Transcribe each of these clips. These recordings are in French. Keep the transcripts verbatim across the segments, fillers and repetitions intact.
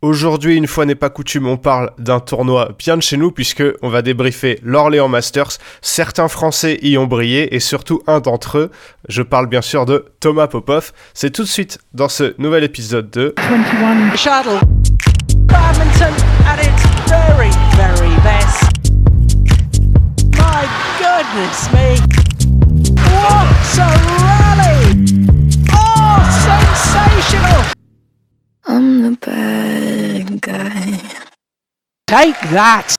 Aujourd'hui, une fois n'est pas coutume, on parle d'un tournoi bien de chez nous puisque on va débriefer l'Orléans Masters. Certains Français y ont brillé et surtout un d'entre eux, je parle bien sûr de Thomas Popov. C'est tout de suite dans ce nouvel épisode de vingt et un Shuttle Badminton at its very, very best. My goodness me. What a rally! Oh, sensational! I'm the bad guy. Take that!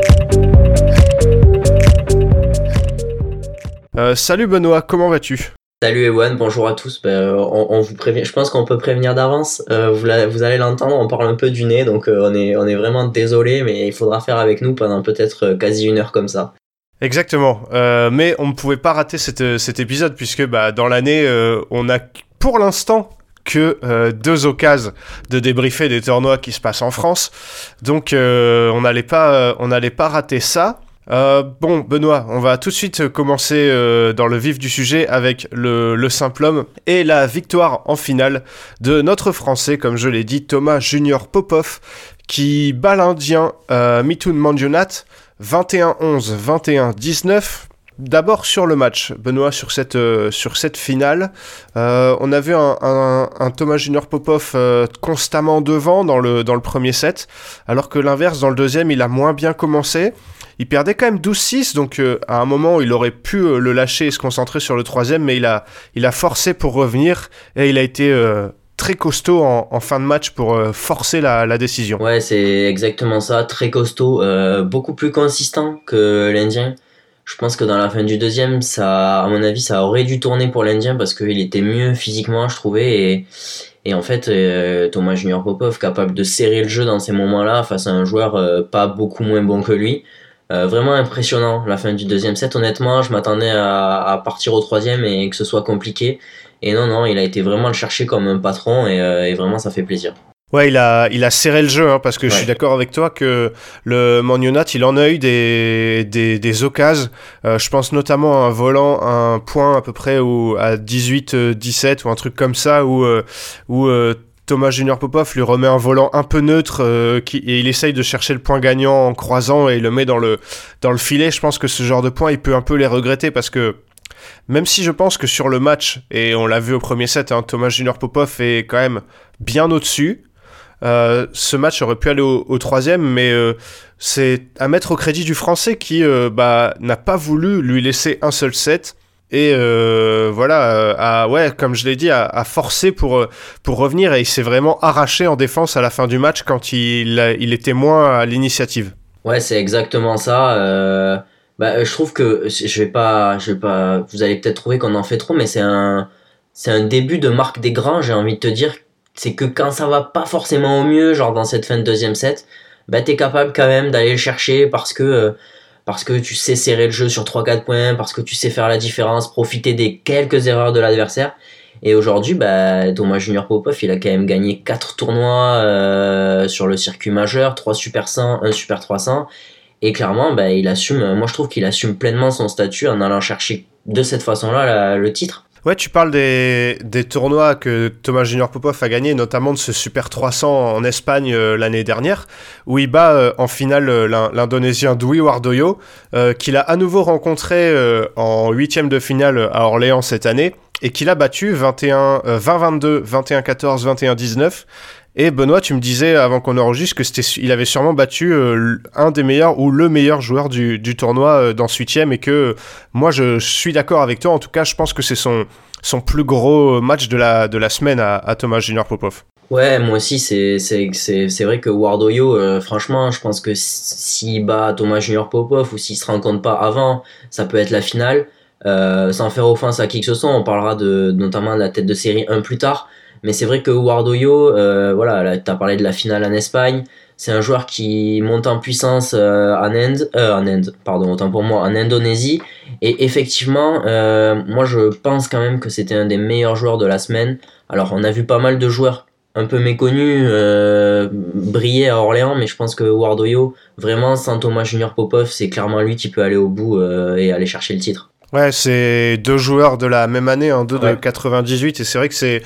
Euh, salut Benoît, comment vas-tu ? Salut Ewan, bonjour à tous. Ben, on, on vous prévient, je pense qu'on peut prévenir d'avance. Euh, vous, la, vous allez l'entendre, on parle un peu du nez, donc euh, on est, on est vraiment désolé, mais il faudra faire avec nous pendant peut-être euh, quasi une heure comme ça. Exactement, euh, mais on ne pouvait pas rater cet, cet épisode puisque bah, dans l'année, euh, on a pour l'instant que euh, deux occasions de débriefer des tournois qui se passent en France, donc euh, on n'allait pas, euh, on n'allait pas rater ça. Euh, bon Benoît, on va tout de suite commencer euh, dans le vif du sujet avec le, le simple homme et la victoire en finale de notre Français, comme je l'ai dit, Thomas Junior Popov, qui bat l'Indien euh, Mithun Manjunath vingt et un onze, vingt et un dix-neuf. D'abord sur le match, Benoît, sur cette, euh, sur cette finale, euh, on a vu un, un, un Thomas Junior Popov euh, constamment devant dans le, dans le premier set, alors que l'inverse, dans le deuxième, il a moins bien commencé. Il perdait quand même douze six, donc euh, à un moment, il aurait pu euh, le lâcher et se concentrer sur le troisième, mais il a, il a forcé pour revenir, et il a été euh, très costaud en, en fin de match pour euh, forcer la, la décision. Ouais, c'est exactement ça, très costaud, euh, beaucoup plus consistant que l'Indien. Je pense que dans la fin du deuxième, ça, à mon avis, ça aurait dû tourner pour l'Indien parce qu'il était mieux physiquement, je trouvais. Et, et en fait, euh, Thomas Junior Popov, capable de serrer le jeu dans ces moments-là face à un joueur euh, pas beaucoup moins bon que lui. Euh, vraiment impressionnant, la fin du deuxième set. Honnêtement, je m'attendais à, à partir au troisième et que ce soit compliqué. Et non, non, il a été vraiment le chercher comme un patron et, euh, et vraiment, ça fait plaisir. Ouais, il a, il a serré le jeu, hein, parce que ouais. Je suis d'accord avec toi que le Manjunath, il en a eu des, des, des occasions. Euh, je pense notamment à un volant, un point à peu près où, à dix-huit dix-sept ou un truc comme ça, où, euh, où euh, Thomas Junior Popov lui remet un volant un peu neutre euh, qui, et il essaye de chercher le point gagnant en croisant et il le met dans le, dans le filet. Je pense que ce genre de points, il peut un peu les regretter parce que même si je pense que sur le match, et on l'a vu au premier set, hein, Thomas Junior Popov est quand même bien au-dessus. Euh, ce match aurait pu aller au, au troisième, mais euh, c'est à mettre au crédit du Français qui euh, bah, n'a pas voulu lui laisser un seul set et euh, voilà, euh, a, ouais, comme je l'ai dit, a, a forcé pour, pour revenir et il s'est vraiment arraché en défense à la fin du match quand il, a, il était moins à l'initiative. Ouais, c'est exactement ça. Euh, bah, je trouve que je vais pas, je vais pas. Vous allez peut-être trouver qu'on en fait trop, mais c'est un, c'est un début de Marc Desgrands, j'ai envie de te dire. C'est que quand ça va pas forcément au mieux, genre dans cette fin de deuxième set, bah t'es capable quand même d'aller le chercher parce que euh, parce que tu sais serrer le jeu sur trois quatre points, parce que tu sais faire la différence, profiter des quelques erreurs de l'adversaire. Et aujourd'hui, bah Thomas Junior Popov, il a quand même gagné quatre tournois euh, sur le circuit majeur, trois Super cent, un Super trois cents, et clairement, bah il assume. Moi, je trouve qu'il assume pleinement son statut en allant chercher de cette façon-là la, le titre. Ouais, tu parles des, des tournois que Thomas Junior Popov a gagné, notamment de ce Super trois cents en Espagne euh, l'année dernière, où il bat euh, en finale euh, l'Indonésien Dwi Wardoyo, euh, qu'il a à nouveau rencontré euh, en huitième de finale à Orléans cette année, et qu'il a battu vingt et un, euh, vingt vingt-deux, vingt et un quatorze, vingt et un dix-neuf. Et Benoît, tu me disais avant qu'on enregistre que c'était, il avait sûrement battu euh, un des meilleurs ou le meilleur joueur du, du tournoi euh, dans ce huitième et que euh, moi je, je suis d'accord avec toi. En tout cas, je pense que c'est son, son plus gros match de la, de la semaine à, à Thomas Junior Popov. Ouais, moi aussi, c'est, c'est, c'est, c'est vrai que Wardoyo, euh, franchement, je pense que s'il bat Thomas Junior Popov ou s'il se rencontre pas avant, ça peut être la finale. Euh, sans faire offense à qui que ce soit, on parlera de, notamment de la tête de série un plus tard. Mais c'est vrai que Wardoyo, euh, voilà, tu as parlé de la finale en Espagne, c'est un joueur qui monte en puissance euh, en Inde, euh, en Inde, pardon, autant pour moi, en Indonésie. Et effectivement, euh, moi je pense quand même que c'était un des meilleurs joueurs de la semaine. Alors on a vu pas mal de joueurs un peu méconnus euh, briller à Orléans, mais je pense que Wardoyo, vraiment sans Thomas Junior Popov, c'est clairement lui qui peut aller au bout euh, et aller chercher le titre. Ouais, c'est deux joueurs de la même année, hein, deux ouais. de quatre-vingt-dix-huit, et c'est vrai que c'est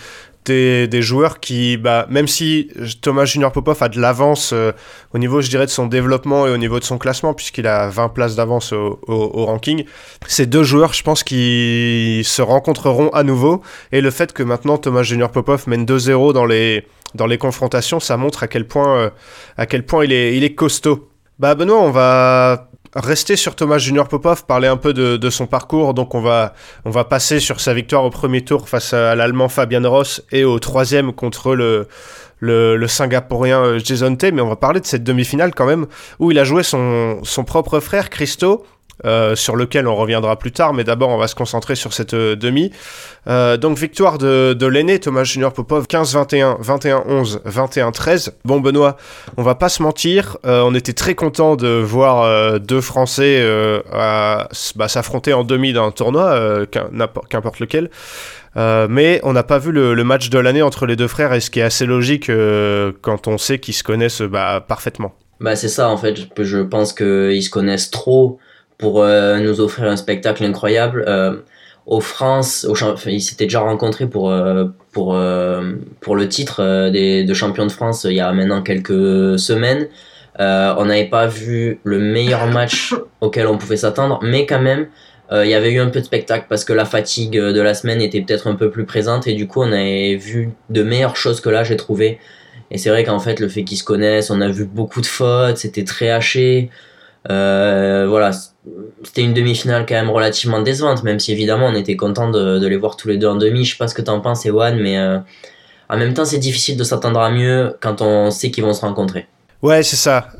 des, des joueurs qui, bah, même si Thomas Junior Popov a de l'avance euh, au niveau, je dirais, de son développement et au niveau de son classement, puisqu'il a vingt places d'avance au, au, au ranking, ces deux joueurs, je pense qu'ils se rencontreront à nouveau. Et le fait que maintenant Thomas Junior Popov mène deux zéro dans les, dans les confrontations, ça montre à quel point, euh, à quel point il est, il est costaud. Bah Benoît, on va rester sur Thomas Junior Popov, parler un peu de, de son parcours. Donc on va, on va passer sur sa victoire au premier tour face à l'Allemand Fabian Ross et au troisième contre le, le, le Singapourien Jason Tay. Mais on va parler de cette demi-finale quand même, où il a joué son, son propre frère Christo, Euh, sur lequel on reviendra plus tard, mais d'abord on va se concentrer sur cette euh, demi. Euh, donc victoire de, de l'aîné Thomas Junior Popov, quinze vingt et un, vingt et un onze, vingt et un treize. Bon Benoît, on va pas se mentir, euh, on était très content de voir euh, deux Français euh, à, bah, s'affronter en demi d'un tournoi, euh, qu'importe lequel. Euh, mais on n'a pas vu le, le match de l'année entre les deux frères, et ce qui est assez logique euh, quand on sait qu'ils se connaissent bah, parfaitement. Bah c'est ça en fait, je, je pense qu'ils se connaissent trop pour euh, nous offrir un spectacle incroyable. Euh, au France, au champ... enfin, ils s'étaient déjà rencontrés pour, euh, pour, euh, pour le titre euh, des, de champion de France il y a maintenant quelques semaines. Euh, on n'avait pas vu le meilleur match auquel on pouvait s'attendre, mais quand même, euh, il y avait eu un peu de spectacle parce que la fatigue de la semaine était peut-être un peu plus présente, et du coup on avait vu de meilleures choses que là, j'ai trouvé. Et c'est vrai qu'en fait, le fait qu'ils se connaissent, on a vu beaucoup de fautes, c'était très haché. Euh, voilà, c'était une demi-finale quand même relativement décevante, même si évidemment on était content de, de les voir tous les deux en demi. Je sais pas ce que t'en penses, Ewan, mais euh, en même temps c'est difficile de s'attendre à mieux quand on sait qu'ils vont se rencontrer. Ouais, c'est ça.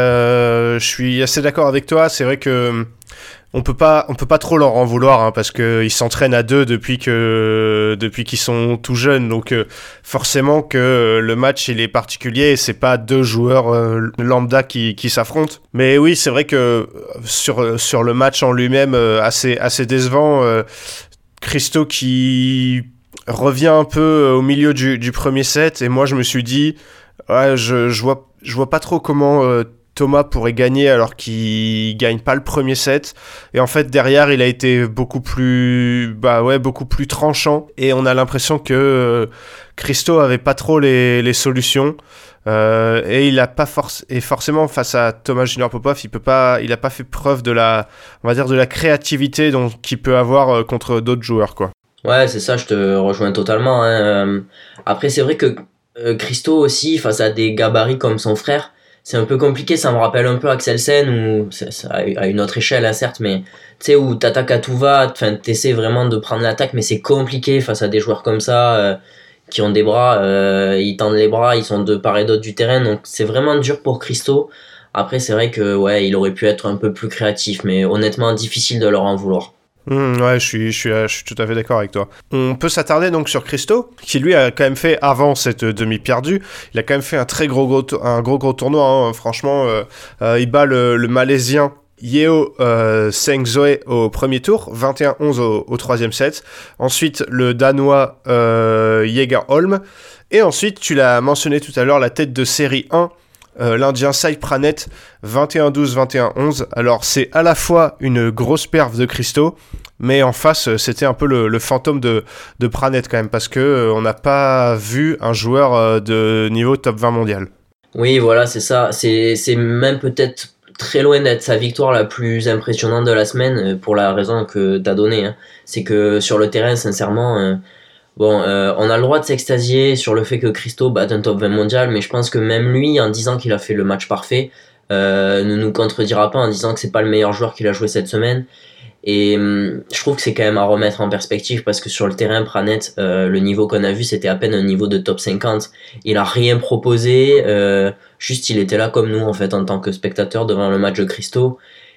Euh, je suis assez d'accord avec toi. C'est vrai que on peut pas, on peut pas trop leur en vouloir, hein, parce que ils s'entraînent à deux depuis que, depuis qu'ils sont tout jeunes. Donc euh, forcément que le match il est particulier. Et c'est pas deux joueurs euh, lambda qui, qui s'affrontent. Mais oui, c'est vrai que sur sur le match en lui-même, euh, assez assez décevant. Euh, Christo qui revient un peu au milieu du, du premier set, et moi je me suis dit, ouais, je je vois je vois pas trop comment euh, Thomas pourrait gagner alors qu'il gagne pas le premier set. Et en fait derrière il a été beaucoup plus bah ouais beaucoup plus tranchant, et on a l'impression que euh, Christo avait pas trop les, les solutions. Euh, et il a pas forc- et forcément face à Thomas Junior Popov, il peut pas il a pas fait preuve de la on va dire de la créativité donc qu'il peut avoir euh, contre d'autres joueurs quoi. Ouais, c'est ça, je te rejoins totalement, hein. Après c'est vrai que euh, Christo aussi, face à des gabarits comme son frère, c'est un peu compliqué. Ça me rappelle un peu Axelsen, ou à une autre échelle, hein, certes, mais tu sais, où t'attaques à tout va, enfin t'essaies vraiment de prendre l'attaque, mais c'est compliqué face à des joueurs comme ça, euh, qui ont des bras, euh, ils tendent les bras, ils sont de part et d'autre du terrain, donc c'est vraiment dur pour Christo. Après c'est vrai que ouais, il aurait pu être un peu plus créatif, mais honnêtement difficile de leur en vouloir. Mmh, ouais, je suis, je, suis, je suis tout à fait d'accord avec toi. On peut s'attarder donc sur Christo, qui lui a quand même fait, avant cette demi perdue, il a quand même fait un très gros gros, to- un gros, gros tournoi, hein. Franchement, euh, euh, il bat le, le Malaisien Yeo euh, Seng Zoe au premier tour, vingt et un onze au, au troisième set. Ensuite, le Danois euh, Jäger Holm. Et ensuite, tu l'as mentionné tout à l'heure, la tête de série un, Euh, l'Indien Sai Praneeth, vingt et un douze, vingt et un onze. Alors c'est à la fois une grosse perf de Christo, mais en face c'était un peu le, le fantôme de, de Praneeth quand même, parce que euh, on n'a pas vu un joueur euh, de niveau top vingt mondial. Oui, voilà, c'est ça. C'est, c'est même peut-être très loin d'être sa victoire la plus impressionnante de la semaine, pour la raison que t'as donnée, hein. C'est que sur le terrain, sincèrement, euh, bon, euh, on a le droit de s'extasier sur le fait que Christo batte un top vingt mondial, mais je pense que même lui, en disant qu'il a fait le match parfait, euh, ne nous contredira pas en disant que c'est pas le meilleur joueur qu'il a joué cette semaine. Et hum, je trouve que c'est quand même à remettre en perspective, parce que sur le terrain, Praneeth, euh, le niveau qu'on a vu, c'était à peine un niveau de top cinquante. Il a rien proposé, euh, juste il était là comme nous en fait en tant que spectateur devant le match de Christo.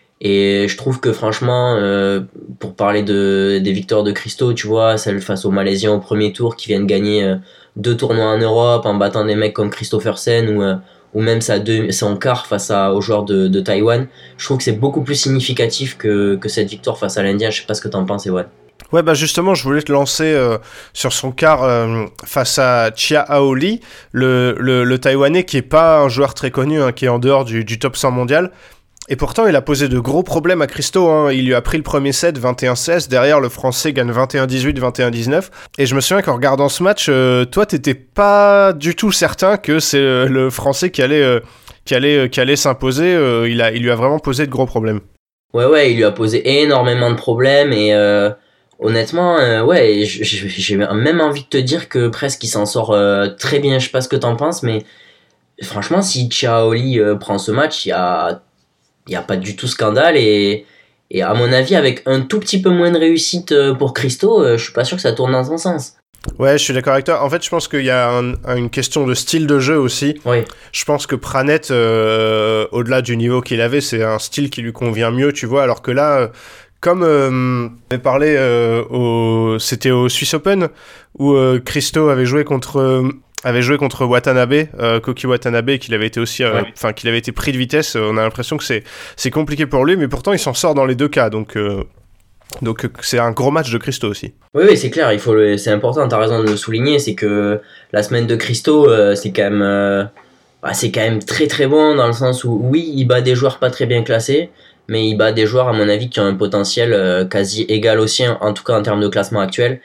Et je trouve que franchement, euh, pour parler de, des victoires de Christo, tu vois, celle face aux Malaisiens au premier tour qui viennent gagner euh, deux tournois en Europe en battant des mecs comme Christophersen, ou, euh, ou même sa deux, son quart face à, aux joueurs de, de Taïwan, je trouve que c'est beaucoup plus significatif que, que cette victoire face à l'Indien. Je sais pas ce que t'en penses, Ewan. Ouais, bah justement, je voulais te lancer euh, sur son quart euh, face à Chia Aoli, le, le, le Taïwanais qui est pas un joueur très connu, hein, qui est en dehors du, du top cent mondial. Et pourtant, il a posé de gros problèmes à Christo. Hein. Il lui a pris le premier set, vingt et un seize. Derrière, le Français gagne vingt et un dix-huit, vingt et un dix-neuf. Et je me souviens qu'en regardant ce match, euh, toi, t'étais pas du tout certain que c'est euh, le Français qui allait, euh, qui allait, euh, qui allait s'imposer. Euh, il, a, il lui a vraiment posé de gros problèmes. Ouais, ouais, il lui a posé énormément de problèmes. Et euh, honnêtement, euh, ouais, j'ai même envie de te dire que presque il s'en sort euh, très bien. Je sais pas ce que t'en penses, mais franchement, si Chia-Oli euh, prend ce match, il y a... il n'y a pas du tout scandale et, et à mon avis avec un tout petit peu moins de réussite pour Christo, je suis pas sûr que ça tourne dans son sens. Ouais, je suis d'accord avec toi. En fait, je pense qu'il y a un, une question de style de jeu aussi. Oui. Je pense que Pranett, euh, au-delà du niveau qu'il avait, c'est un style qui lui convient mieux, tu vois, alors que là... Euh, Comme euh, on avait parlé, euh, au, c'était au Swiss Open où euh, Christo avait joué contre euh, avait joué contre Watanabe, euh, Koki Watanabe, qu'il avait été aussi, enfin euh, ouais. qu'il avait été pris de vitesse. On a l'impression que c'est c'est compliqué pour lui, mais pourtant il s'en sort dans les deux cas. Donc euh, donc c'est un gros match de Christo aussi. Oui, oui, c'est clair. Il faut le, c'est important. T'as raison de le souligner. C'est que la semaine de Christo, euh, c'est quand même euh, bah, c'est quand même très très bon dans le sens où oui, il bat des joueurs pas très bien classés. Mais il bat des joueurs, à mon avis, qui ont un potentiel euh, quasi égal au sien, en tout cas en termes de classement actuel.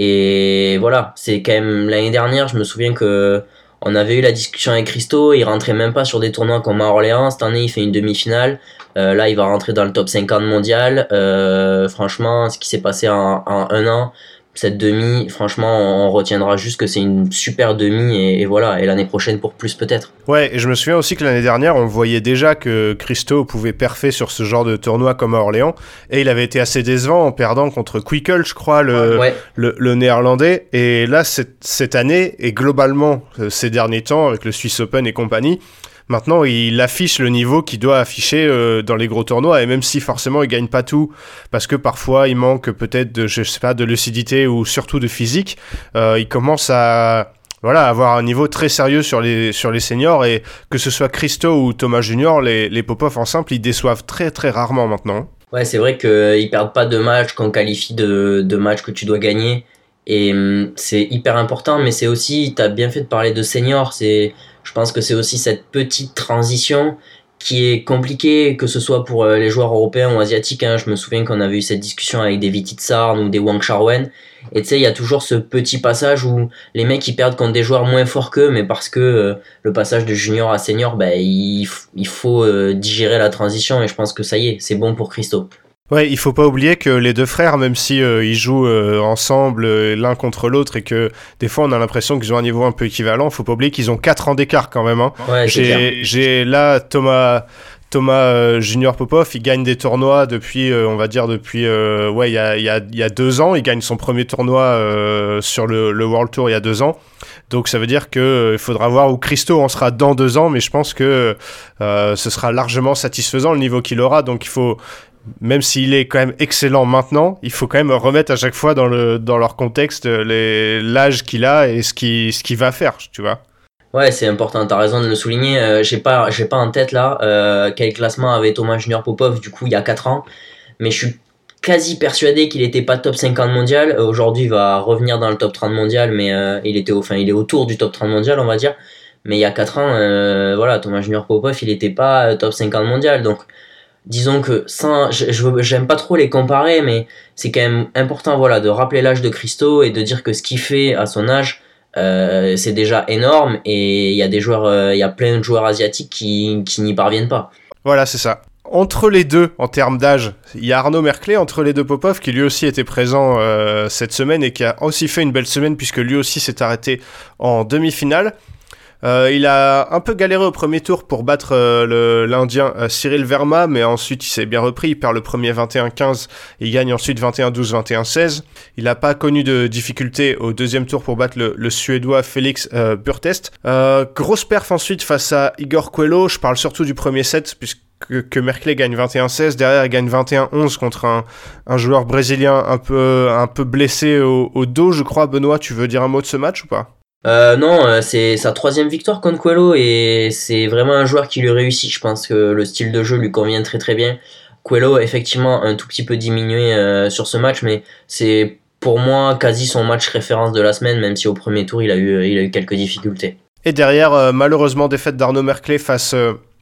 Et voilà, c'est quand même l'année dernière, je me souviens que on avait eu la discussion avec Christo, il rentrait même pas sur des tournois comme à Orléans. Cette année, il fait une demi-finale. Euh, là, il va rentrer dans le top cinquante mondial. Euh, franchement, ce qui s'est passé en, en un an, cette demi, franchement, on retiendra juste que c'est une super demi et, et voilà. Et l'année prochaine pour plus peut-être. Ouais, et je me souviens aussi que l'année dernière, on voyait déjà que Christo pouvait perfer sur ce genre de tournoi comme à Orléans, et il avait été assez décevant en perdant contre Quickel, je crois, le, ouais. le, le néerlandais. Et là, cette, cette année, et globalement ces derniers temps, avec le Swiss Open et compagnie, maintenant, il affiche le niveau qu'il doit afficher euh, dans les gros tournois, et même si forcément il gagne pas tout, parce que parfois il manque peut-être de, je sais pas, de lucidité ou surtout de physique, euh, il commence à voilà, avoir un niveau très sérieux sur les sur les seniors, et que ce soit Christo ou Thomas Junior, les les Popov en simple, ils déçoivent très très rarement maintenant. Ouais, c'est vrai qu'ils perdent pas de matchs qu'on qualifie de de matchs que tu dois gagner, et hum, c'est hyper important. Mais c'est aussi, t'as bien fait de parler de seniors, c'est je pense que c'est aussi cette petite transition qui est compliquée, que ce soit pour les joueurs européens ou asiatiques. Hein. Je me souviens qu'on avait eu cette discussion avec des Viti Tsarn ou des Wang Charwen. Et tu sais, il y a toujours ce petit passage où les mecs ils perdent contre des joueurs moins forts qu'eux, mais parce que euh, le passage de junior à senior, bah, il, il faut euh, digérer la transition. Et je pense que ça y est, c'est bon pour Christo. Ouais, il faut pas oublier que les deux frères, même si euh, ils jouent euh, ensemble euh, l'un contre l'autre, et que des fois on a l'impression qu'ils ont un niveau un peu équivalent, faut pas oublier qu'ils ont quatre ans d'écart quand même. Hein. Ouais, j'ai, j'ai là Thomas Thomas euh, Junior Popov, il gagne des tournois depuis, euh, on va dire depuis, euh, ouais, il y a il y a il y a deux ans, il gagne son premier tournoi euh, sur le, le World Tour il y a deux ans. Donc ça veut dire que euh, il faudra voir où Christo en sera dans deux ans, mais je pense que euh, ce sera largement satisfaisant le niveau qu'il aura. Donc il faut, même s'il est quand même excellent maintenant, il faut quand même remettre à chaque fois dans, le, dans leur contexte les, l'âge qu'il a et ce qu'il, ce qu'il va faire, tu vois. Ouais, c'est important, t'as raison de le souligner. Euh, j'ai pas, j'ai pas en tête là euh, quel classement avait Thomas Junior Popov du coup il y a quatre ans, mais je suis quasi persuadé qu'il était pas top cinquante mondial. Euh, aujourd'hui il va revenir dans le top trente mondial, mais euh, il était, enfin il est autour du top trente mondial on va dire. Mais il y a quatre ans, euh, voilà, Thomas Junior Popov il était pas top cinquante mondial, donc disons que sans, je, je, j'aime pas trop les comparer, mais c'est quand même important, voilà, de rappeler l'âge de Christo et de dire que ce qu'il fait à son âge, euh, c'est déjà énorme, et il y a des joueurs, il euh, y a plein de joueurs asiatiques qui, qui n'y parviennent pas. Voilà, c'est ça. Entre les deux, en termes d'âge, il y a Arnaud Merklé, entre les deux Popov, qui lui aussi était présent euh, cette semaine et qui a aussi fait une belle semaine, puisque lui aussi s'est arrêté en demi-finale. Euh, il a un peu galéré au premier tour pour battre euh, le, l'Indien euh, Cyril Verma, mais ensuite il s'est bien repris, il perd le premier vingt et un quinze, il gagne ensuite vingt et un douze, vingt et un seize. Il n'a pas connu de difficulté au deuxième tour pour battre le, le Suédois Félix euh, Burtest. Euh, grosse perf ensuite face à Igor Coelho, je parle surtout du premier set, puisque que, que Merklé gagne vingt et un seize, derrière il gagne vingt et un onze contre un, un joueur brésilien un peu, un peu blessé au, au dos, je crois. Benoît, tu veux dire un mot de ce match ou pas ? Euh, non, euh, c'est sa troisième victoire contre Coelho, et c'est vraiment un joueur qui lui réussit. Je pense que le style de jeu lui convient très très bien. Coelho, effectivement, un tout petit peu diminué euh, sur ce match, mais c'est pour moi quasi son match référence de la semaine, même si au premier tour il a eu, il a eu quelques difficultés. Et derrière, euh, malheureusement, défaite d'Arnaud Merklé face, euh,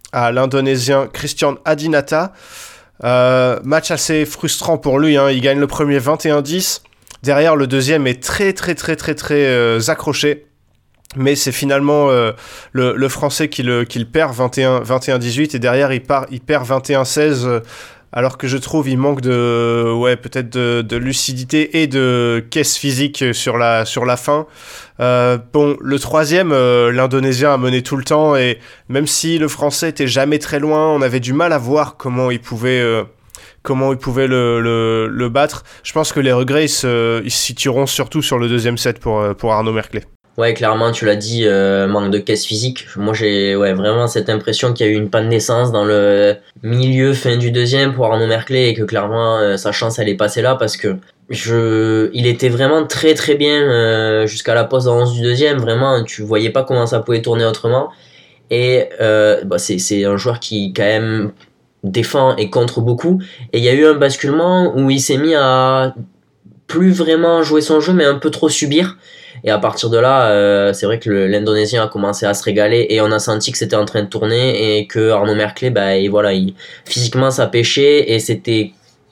à l'Indonésien Christian Adinata. Euh, match assez frustrant pour lui, hein. Il gagne le premier vingt et un dix. Derrière, le deuxième est très très très très très euh, accroché. Mais c'est finalement euh, le, le Français qui le, qui le perd vingt et un dix-huit. Et derrière, il, part, il perd vingt et un seize. Euh, alors que je trouve il manque de ouais peut-être de, de lucidité et de caisse physique sur la sur la fin. Euh, bon, le troisième, euh, l'Indonésien a mené tout le temps et même si le Français était jamais très loin, on avait du mal à voir comment il pouvait euh, comment il pouvait le, le le battre. Je pense que les regrets ils se, ils se situeront surtout sur le deuxième set pour pour Arnaud Merclé. Ouais, clairement, tu l'as dit, euh, manque de caisse physique. Moi, j'ai ouais vraiment cette impression qu'il y a eu une panne d'essence dans le milieu, fin du deuxième pour Arnaud Merclé et que clairement, euh, sa chance, elle est passée là parce que je, il était vraiment très très bien euh, jusqu'à la pause en onze du deuxième. Vraiment, tu voyais pas comment ça pouvait tourner autrement. Et euh, bah, c'est, c'est un joueur qui, quand même, défend et contre beaucoup. Et il y a eu un basculement où il s'est mis à plus vraiment jouer son jeu, mais un peu trop subir. Et à partir de là, euh, c'est vrai que le, l'Indonésien a commencé à se régaler et on a senti que c'était en train de tourner et que Arnaud Merclé, bah, et voilà, il, physiquement ça pêchait et c'était,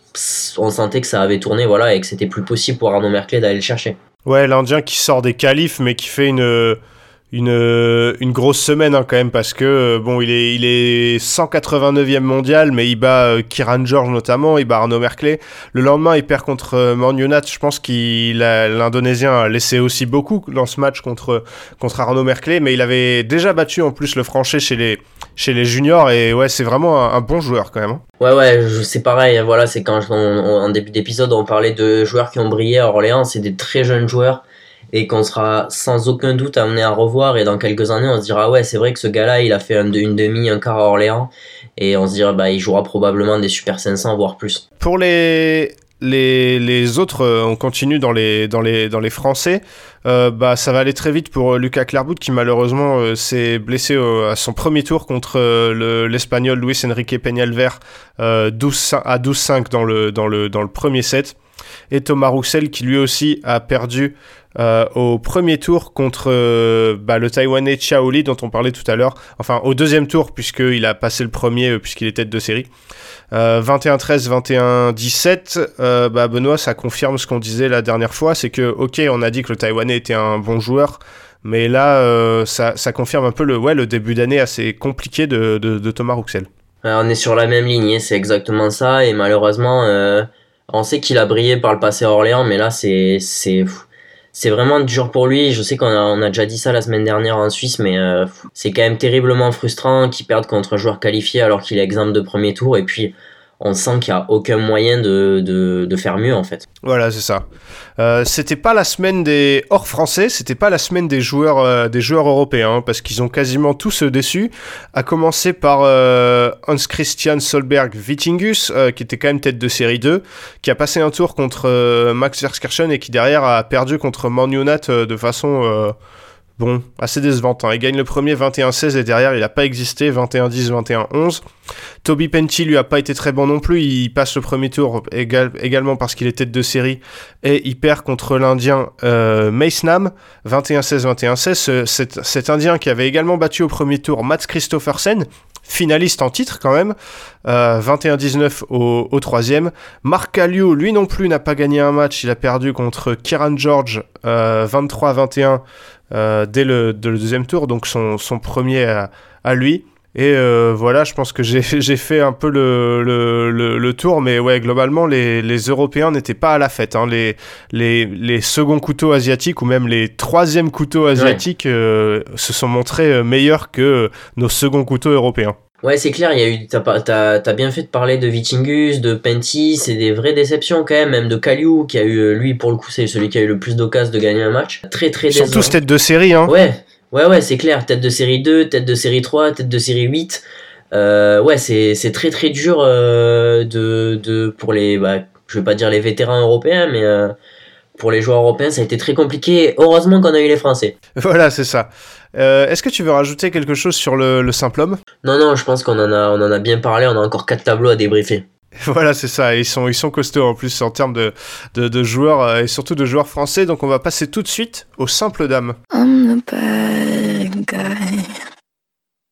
on sentait que ça avait tourné, voilà, et que c'était plus possible pour Arnaud Merclé d'aller le chercher. Ouais, l'Indien qui sort des qualifs mais qui fait une une une grosse semaine, hein, quand même, parce que bon, il est il est cent quatre-vingt-neuvième mondial, mais il bat euh, Kiran George notamment, il bat Arnaud Merclé. Le lendemain, il perd contre euh, Monunath. Je pense qu'il a, l'Indonésien a laissé aussi beaucoup dans ce match contre contre Arnaud Merclé, mais il avait déjà battu en plus le Français chez les chez les juniors et ouais, c'est vraiment un, un bon joueur quand même, hein. Ouais, ouais, je, c'est pareil, voilà, c'est quand on, on, en début d'épisode, on parlait de joueurs qui ont brillé à Orléans, c'est des très jeunes joueurs. Et qu'on sera sans aucun doute amené à revoir, et dans quelques années on se dira ouais, c'est vrai que ce gars-là il a fait un, une demi, un quart à Orléans, et on se dira bah il jouera probablement des Super cinq cents voire plus. Pour les les les autres, euh, on continue dans les dans les dans les Français. Euh, bah ça va aller très vite pour Lucas Clairbout qui malheureusement euh, s'est blessé euh, à son premier tour contre euh, le, l'Espagnol Luis Enrique Peñalver euh, douze à douze cinq dans le dans le dans le premier set. Et Thomas Roussel qui lui aussi a perdu euh, au premier tour contre euh, bah, le Taïwanais Chao Li dont on parlait tout à l'heure, enfin au deuxième tour puisqu'il a passé le premier euh, puisqu'il est tête de série. euh, vingt et un treize, vingt et un dix-sept. euh, bah, Benoît, ça confirme ce qu'on disait la dernière fois, c'est que ok, on a dit que le Taïwanais était un bon joueur, mais là euh, ça, ça confirme un peu le, ouais, le début d'année assez compliqué de, de, de Thomas Roussel. Euh, on est sur la même ligne, c'est exactement ça, et malheureusement euh, on sait qu'il a brillé par le passé à Orléans, mais là c'est c'est c'est vraiment dur pour lui. Je sais qu'on a on a déjà dit ça la semaine dernière en Suisse, mais euh, c'est quand même terriblement frustrant qu'il perde contre un joueur qualifié alors qu'il est exempt de premier tour, et puis on sent qu'il n'y a aucun moyen de, de, de faire mieux en fait. Voilà, c'est ça. Euh, c'était pas la semaine des hors français, c'était pas la semaine des joueurs euh, des joueurs européens, hein, parce qu'ils ont quasiment tous déçu. À commencer par euh, Hans Christian Solberg Vittingus, euh, qui était quand même tête de série deux, qui a passé un tour contre euh, Max Verskirchen et qui derrière a perdu contre Monunath euh, de façon euh, bon, assez décevante, hein. Il gagne le premier vingt et un seize et derrière il a pas existé, vingt et un dix, vingt et un onze. Toby Penty lui a pas été très bon non plus, il passe le premier tour égal, également parce qu'il est tête de série et il perd contre l'Indien euh, Meisnam, vingt et un seize, vingt et un seize. Ce, cet, cet Indien qui avait également battu au premier tour Mats Christoffersen, finaliste en titre quand même, euh, vingt et un dix-neuf au, au troisième. Mark Kallio, lui non plus, n'a pas gagné un match, il a perdu contre Kiran George, euh, vingt-trois vingt et un euh, dès le, de le deuxième tour, donc son, son premier à, à lui. Et euh, voilà, je pense que j'ai, j'ai fait un peu le, le, le, le tour, mais ouais, globalement, les, les Européens n'étaient pas à la fête, hein. Les, les, les seconds couteaux asiatiques ou même les troisièmes couteaux asiatiques ouais. euh, se sont montrés meilleurs que nos seconds couteaux européens. Ouais, c'est clair, il y a eu, t'as, t'as, t'as bien fait de parler de Vittingus, de Penty, c'est des vraies déceptions quand même, même de Kallio, qui a eu, lui, pour le coup, c'est celui qui a eu le plus d'occasions de gagner un match. Très, très décevant. Ils sont tous tête de série, hein. Ouais, ouais, ouais, c'est clair, tête de série deux, tête de série trois, tête de série huit. Euh, ouais, c'est, c'est très, très dur, euh, de, de, pour les, bah, je vais pas dire les vétérans européens, mais, euh, pour les joueurs européens, ça a été très compliqué. Heureusement qu'on a eu les Français. Voilà, c'est ça. Euh, est-ce que tu veux rajouter quelque chose sur le, le simple homme ? Non, non, je pense qu'on en a, on en a bien parlé. On a encore quatre tableaux à débriefer. Voilà, c'est ça. Ils sont, ils sont costauds en plus en termes de, de, de joueurs et surtout de joueurs français. Donc on va passer tout de suite au simple dame. I'm the bad guy.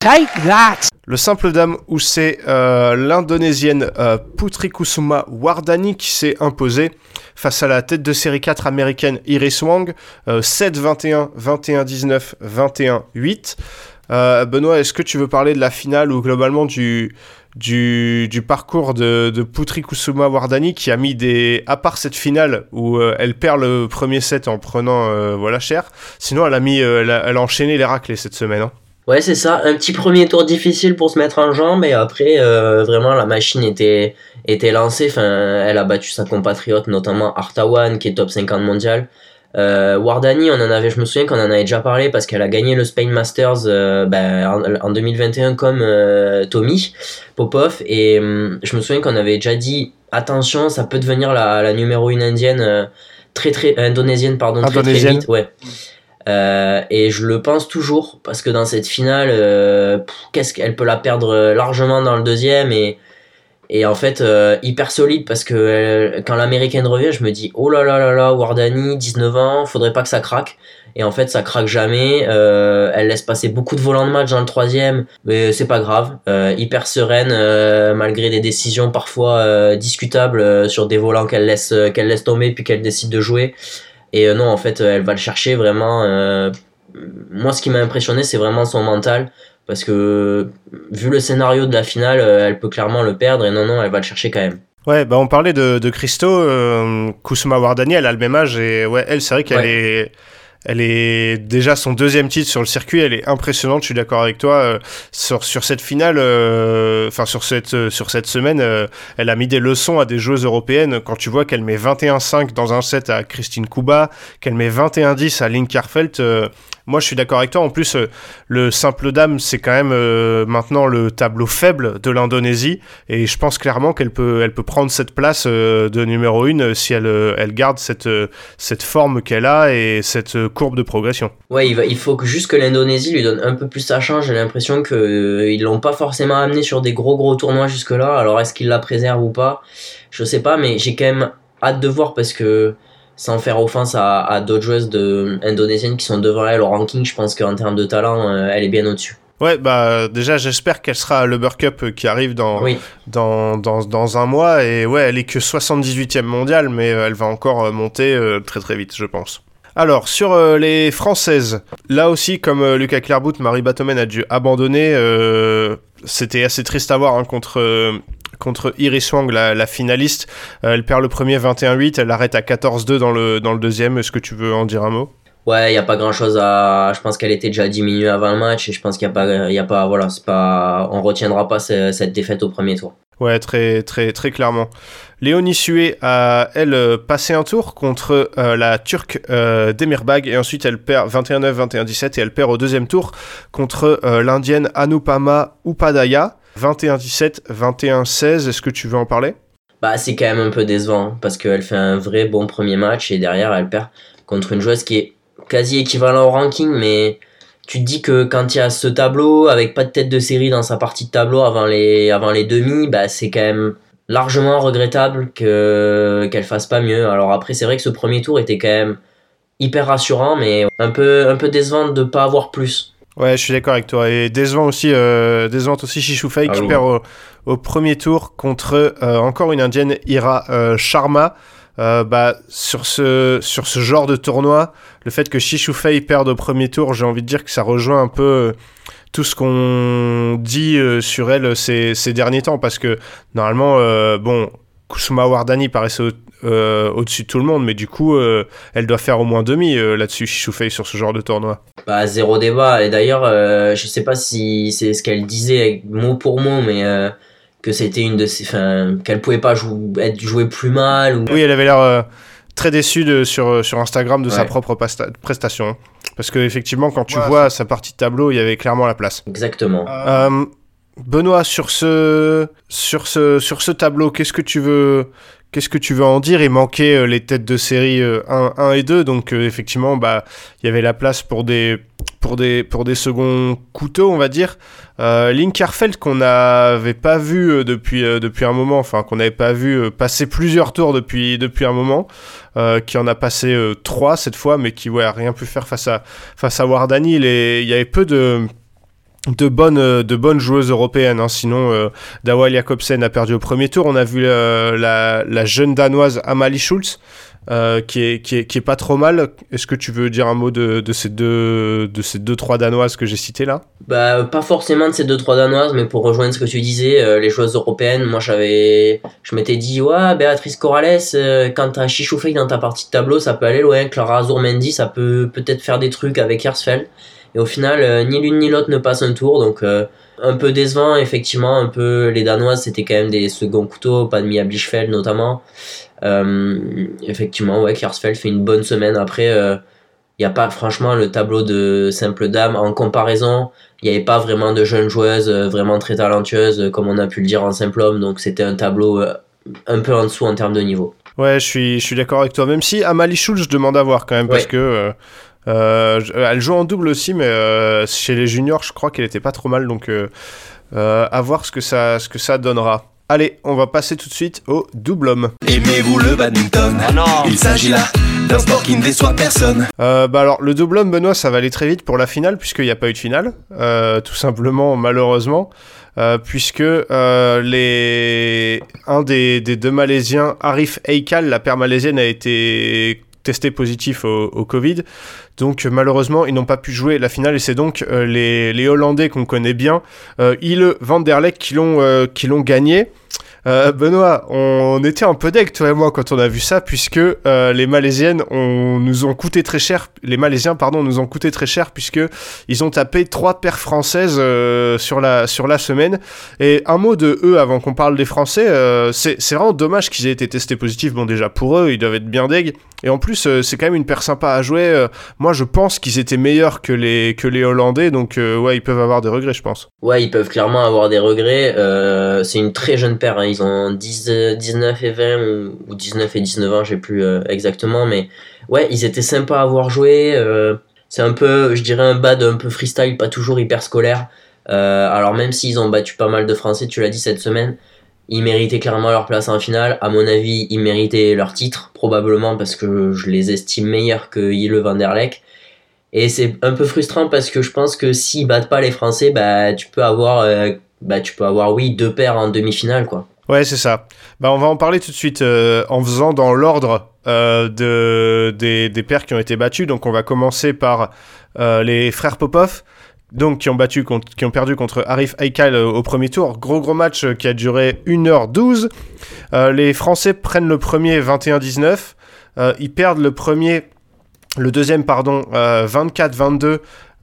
Take that! Le simple dame où c'est euh, l'indonésienne euh, Putri Kusuma Wardani qui s'est imposée face à la tête de série quatre américaine Iris Wang, euh, sept vingt et un, vingt et un dix-neuf, vingt et un huit. Euh, Benoît, est-ce que tu veux parler de la finale ou globalement du, du, du parcours de, de Putri Kusuma Wardani qui a mis des... À part cette finale où euh, elle perd le premier set en prenant euh, voilà, cher, sinon elle a, mis, euh, elle, a, elle a enchaîné les raclés cette semaine. Hein. Ouais, c'est ça. Un petit premier tour difficile pour se mettre en jambe et après, euh, vraiment, la machine était, était lancée. Enfin, elle a battu sa compatriote, notamment Artawan, qui est top cinquante mondial. Euh, Wardani, on en avait, je me souviens qu'on en avait déjà parlé parce qu'elle a gagné le Spain Masters euh, ben, en, en deux mille vingt et un comme euh, Tommy Popov. Et euh, je me souviens qu'on avait déjà dit, attention, ça peut devenir la, la numéro une indienne, euh, très très, euh, indonésienne, pardon, très très vite. Ouais. Euh, et je le pense toujours parce que dans cette finale euh, pff, qu'est-ce qu'elle peut la perdre largement dans le deuxième et, et en fait euh, hyper solide parce que elle, quand l'américaine revient je me dis oh là là là là Wardani dix-neuf ans faudrait pas que ça craque et en fait ça craque jamais euh, elle laisse passer beaucoup de volants de match dans le troisième mais c'est pas grave euh, hyper sereine euh, malgré des décisions parfois euh, discutables euh, sur des volants qu'elle laisse, euh, qu'elle laisse tomber puis qu'elle décide de jouer. Et euh, non, en fait, euh, elle va le chercher vraiment. Euh, moi, ce qui m'a impressionné, c'est vraiment son mental. Parce que, vu le scénario de la finale, euh, elle peut clairement le perdre. Et non, non, elle va le chercher quand même. Ouais, bah on parlait de, de Christo. Euh, Kusuma Wardani, elle a le même âge. Et ouais, elle, c'est vrai qu'elle ouais. est... Elle est déjà son deuxième titre sur le circuit, elle est impressionnante, je suis d'accord avec toi. Euh, sur, sur cette finale, euh, enfin sur cette, euh, sur cette semaine, euh, elle a mis des leçons à des joueuses européennes. Quand tu vois qu'elle met vingt et un cinq dans un set à Christine Kuba, qu'elle met vingt et un dix à Lynn Karfelt, euh, moi je suis d'accord avec toi. En plus, euh, le simple dame, c'est quand même euh, maintenant le tableau faible de l'Indonésie. Et je pense clairement qu'elle peut, elle peut prendre cette place euh, de numéro une si elle, euh, elle garde cette, euh, cette forme qu'elle a et cette euh, courbe de progression. Ouais, il, va, il faut que juste que l'Indonésie lui donne un peu plus sa chance. J'ai l'impression qu'ils euh, l'ont pas forcément amené sur des gros gros tournois jusque-là. Alors est-ce qu'ils la préservent ou pas ? Je sais pas, mais j'ai quand même hâte de voir parce que sans faire offense à, à d'autres joueuses de, indonésiennes qui sont devant elle au ranking, je pense qu'en termes de talent, euh, elle est bien au-dessus. Ouais, bah déjà j'espère qu'elle sera à l'Uber Cup qui arrive dans, oui. dans, dans, dans un mois. Et ouais, elle est que soixante-dix-huitième mondiale, mais elle va encore monter euh, très très vite, je pense. Alors, sur euh, les Françaises, là aussi, comme euh, Lucas Clairbout, Marie Batomen a dû abandonner. Euh, c'était assez triste à voir hein, contre, euh, contre Iris Wang, la, la finaliste. Euh, elle perd le premier vingt et un huit, elle arrête à quatorze deux dans le, dans le deuxième. Est-ce que tu veux en dire un mot ? Ouais, il n'y a pas grand-chose à... Je pense qu'elle était déjà diminuée avant le match et je pense qu'il n'y a pas... Y a pas voilà, c'est pas... On ne retiendra pas ce, cette défaite au premier tour. Ouais, très, très, très clairement. Léonie Sué a, elle, passé un tour contre euh, la Turque euh, Demirbag et ensuite elle perd vingt et un neuf, vingt et un dix-sept et elle perd au deuxième tour contre euh, l'Indienne Anupama Upadhyaya, vingt et un dix-sept, vingt et un seize. Est-ce que tu veux en parler ? Bah, c'est quand même un peu décevant parce qu'elle fait un vrai bon premier match et derrière elle perd contre une joueuse qui est quasi équivalent au ranking, mais tu te dis que quand il y a ce tableau avec pas de tête de série dans sa partie de tableau avant les, avant les demi, bah, c'est quand même largement regrettable que, qu'elle fasse pas mieux. Alors après, c'est vrai que ce premier tour était quand même hyper rassurant, mais un peu, un peu décevant de pas avoir plus. Ouais, je suis d'accord avec toi. Et décevant aussi, euh, décevante aussi Shi Shufei ah, qui oui. perd au, au premier tour contre euh, encore une indienne, Ira euh, Sharma. Euh, bah, sur ce, sur ce genre de tournoi, le fait que Shi Shufei perde au premier tour, j'ai envie de dire que ça rejoint un peu euh, tout ce qu'on dit euh, sur elle ces, ces derniers temps, parce que normalement, euh, bon, Kusuma Wardani paraissait au, euh, au-dessus de tout le monde, mais du coup, euh, elle doit faire au moins demi euh, là-dessus, Shi Shufei, sur ce genre de tournoi. Bah, zéro débat, et d'ailleurs, euh, je sais pas si c'est ce qu'elle disait mot pour mot, mais... Euh... que c'était une de ces, enfin, qu'elle pouvait pas jou- être jouée plus mal. Ou... Oui, elle avait l'air euh, très déçue de, sur, sur Instagram de ouais. sa propre pasta- prestation. Parce que effectivement, quand tu ouais, vois c'est... sa partie de tableau, il y avait clairement la place. Exactement. Euh... Euh, Benoît, sur ce, sur ce, sur ce tableau, qu'est-ce que tu veux, qu'est-ce que tu veux en dire ? Il manquait euh, les têtes de série euh, un, un et deux, donc euh, effectivement, bah, il y avait la place pour des, pour des, pour des seconds couteaux, on va dire. Euh, Lynn Karfelt, qu'on n'avait pas vu euh, depuis, euh, depuis un moment, enfin qu'on n'avait pas vu euh, passer plusieurs tours depuis, depuis un moment, euh, qui en a passé euh, trois cette fois, mais qui ouais, a rien pu faire face à, face à Wardani. Les, il y avait peu de... de bonnes, de bonnes joueuses européennes. Hein. Sinon, euh, Dawal Jakobsen a perdu au premier tour. On a vu euh, la, la jeune danoise Amalie Schulz, euh, qui, est, qui, est, qui est pas trop mal. Est-ce que tu veux dire un mot de, de ces deux, de ces deux, trois danoises que j'ai citées là ? Bah, pas forcément de ces deux, trois danoises, mais pour rejoindre ce que tu disais, euh, les joueuses européennes, moi j'avais, je m'étais dit, ouais, Béatrice Corrales, euh, quand t'as Chichoufei dans ta partie de tableau, ça peut aller loin. Clara Azurmendi, ça peut peut-être faire des trucs avec Hersfeld. Et au final, euh, ni l'une ni l'autre ne passe un tour, donc euh, un peu décevant, effectivement. Un peu, les Danoises, c'était quand même des seconds couteaux, pas de Mia Blichfeld notamment. Euh, effectivement, ouais, Hersfeld fait une bonne semaine. Après, il euh, n'y a pas, franchement, le tableau de simple dame, en comparaison, il n'y avait pas vraiment de jeunes joueuses euh, vraiment très talentueuses, euh, comme on a pu le dire en simple homme, donc c'était un tableau euh, un peu en dessous en termes de niveau. Ouais, je suis, je suis d'accord avec toi, même si Amalie Schulz, je demande à voir quand même, Ouais. parce que... Euh... Euh, elle joue en double aussi, mais euh, chez les juniors, je crois qu'elle était pas trop mal, donc euh, euh, à voir ce que ça, ce que ça donnera. Allez, on va passer tout de suite au double homme. Aimez-vous le badminton ? Oh non. Il s'agit là d'un sport qui ne déçoit personne. Euh, bah alors, le double homme, Benoît, ça va aller très vite pour la finale, puisqu'il n'y a pas eu de finale, euh, tout simplement, malheureusement, euh, puisque euh, les... un des, des deux Malaisiens, Arif Eikal, la paire malaisienne, a été testé positif au, au Covid, donc malheureusement ils n'ont pas pu jouer la finale et c'est donc euh, les, les Hollandais qu'on connaît bien, euh, Ile van der Leck qui l'ont, euh, qui l'ont gagné. Euh, Benoît, on, on était un peu deg, toi et moi, quand on a vu ça, puisque euh, les Malaisiennes on, nous ont coûté très cher, les Malaisiens, pardon, nous ont coûté très cher, puisque ils ont tapé trois paires françaises euh, sur la sur la semaine. Et un mot de eux avant qu'on parle des Français, euh, c'est c'est vraiment dommage qu'ils aient été testés positifs. Bon, déjà pour eux, ils doivent être bien deg. Et en plus, euh, c'est quand même une paire sympa à jouer. Euh, moi, je pense qu'ils étaient meilleurs que les que les Hollandais, donc euh, ouais, ils peuvent avoir des regrets, je pense. Ouais, ils peuvent clairement avoir des regrets. Euh, c'est une très jeune paire, hein. Ils ont dix, dix-neuf et vingt ou, ou dix-neuf et dix-neuf ans, je sais plus euh, exactement, mais ouais, ils étaient sympas à avoir joué. Euh, c'est un peu, je dirais, un bad un peu freestyle, pas toujours hyper scolaire. Euh, alors même s'ils ont battu pas mal de Français, tu l'as dit cette semaine, ils méritaient clairement leur place en finale. À mon avis, ils méritaient leur titre, probablement parce que je les estime meilleurs que Ile van der Leck. Et c'est un peu frustrant parce que je pense que s'ils battent pas les Français, bah tu peux avoir, euh, bah tu peux avoir oui deux paires en demi-finale quoi. Ouais, c'est ça. Bah, on va en parler tout de suite euh, en faisant dans l'ordre euh, de, des, des paires qui ont été battues. Donc, on va commencer par euh, les frères Popov, donc qui ont, battu contre, qui ont perdu contre Arif Eikal euh, au premier tour. Gros, gros match euh, qui a duré une heure douze. Euh, les Français prennent le premier vingt et un dix-neuf. Euh, ils perdent le premier, le deuxième, pardon, euh, vingt-quatre vingt-deux.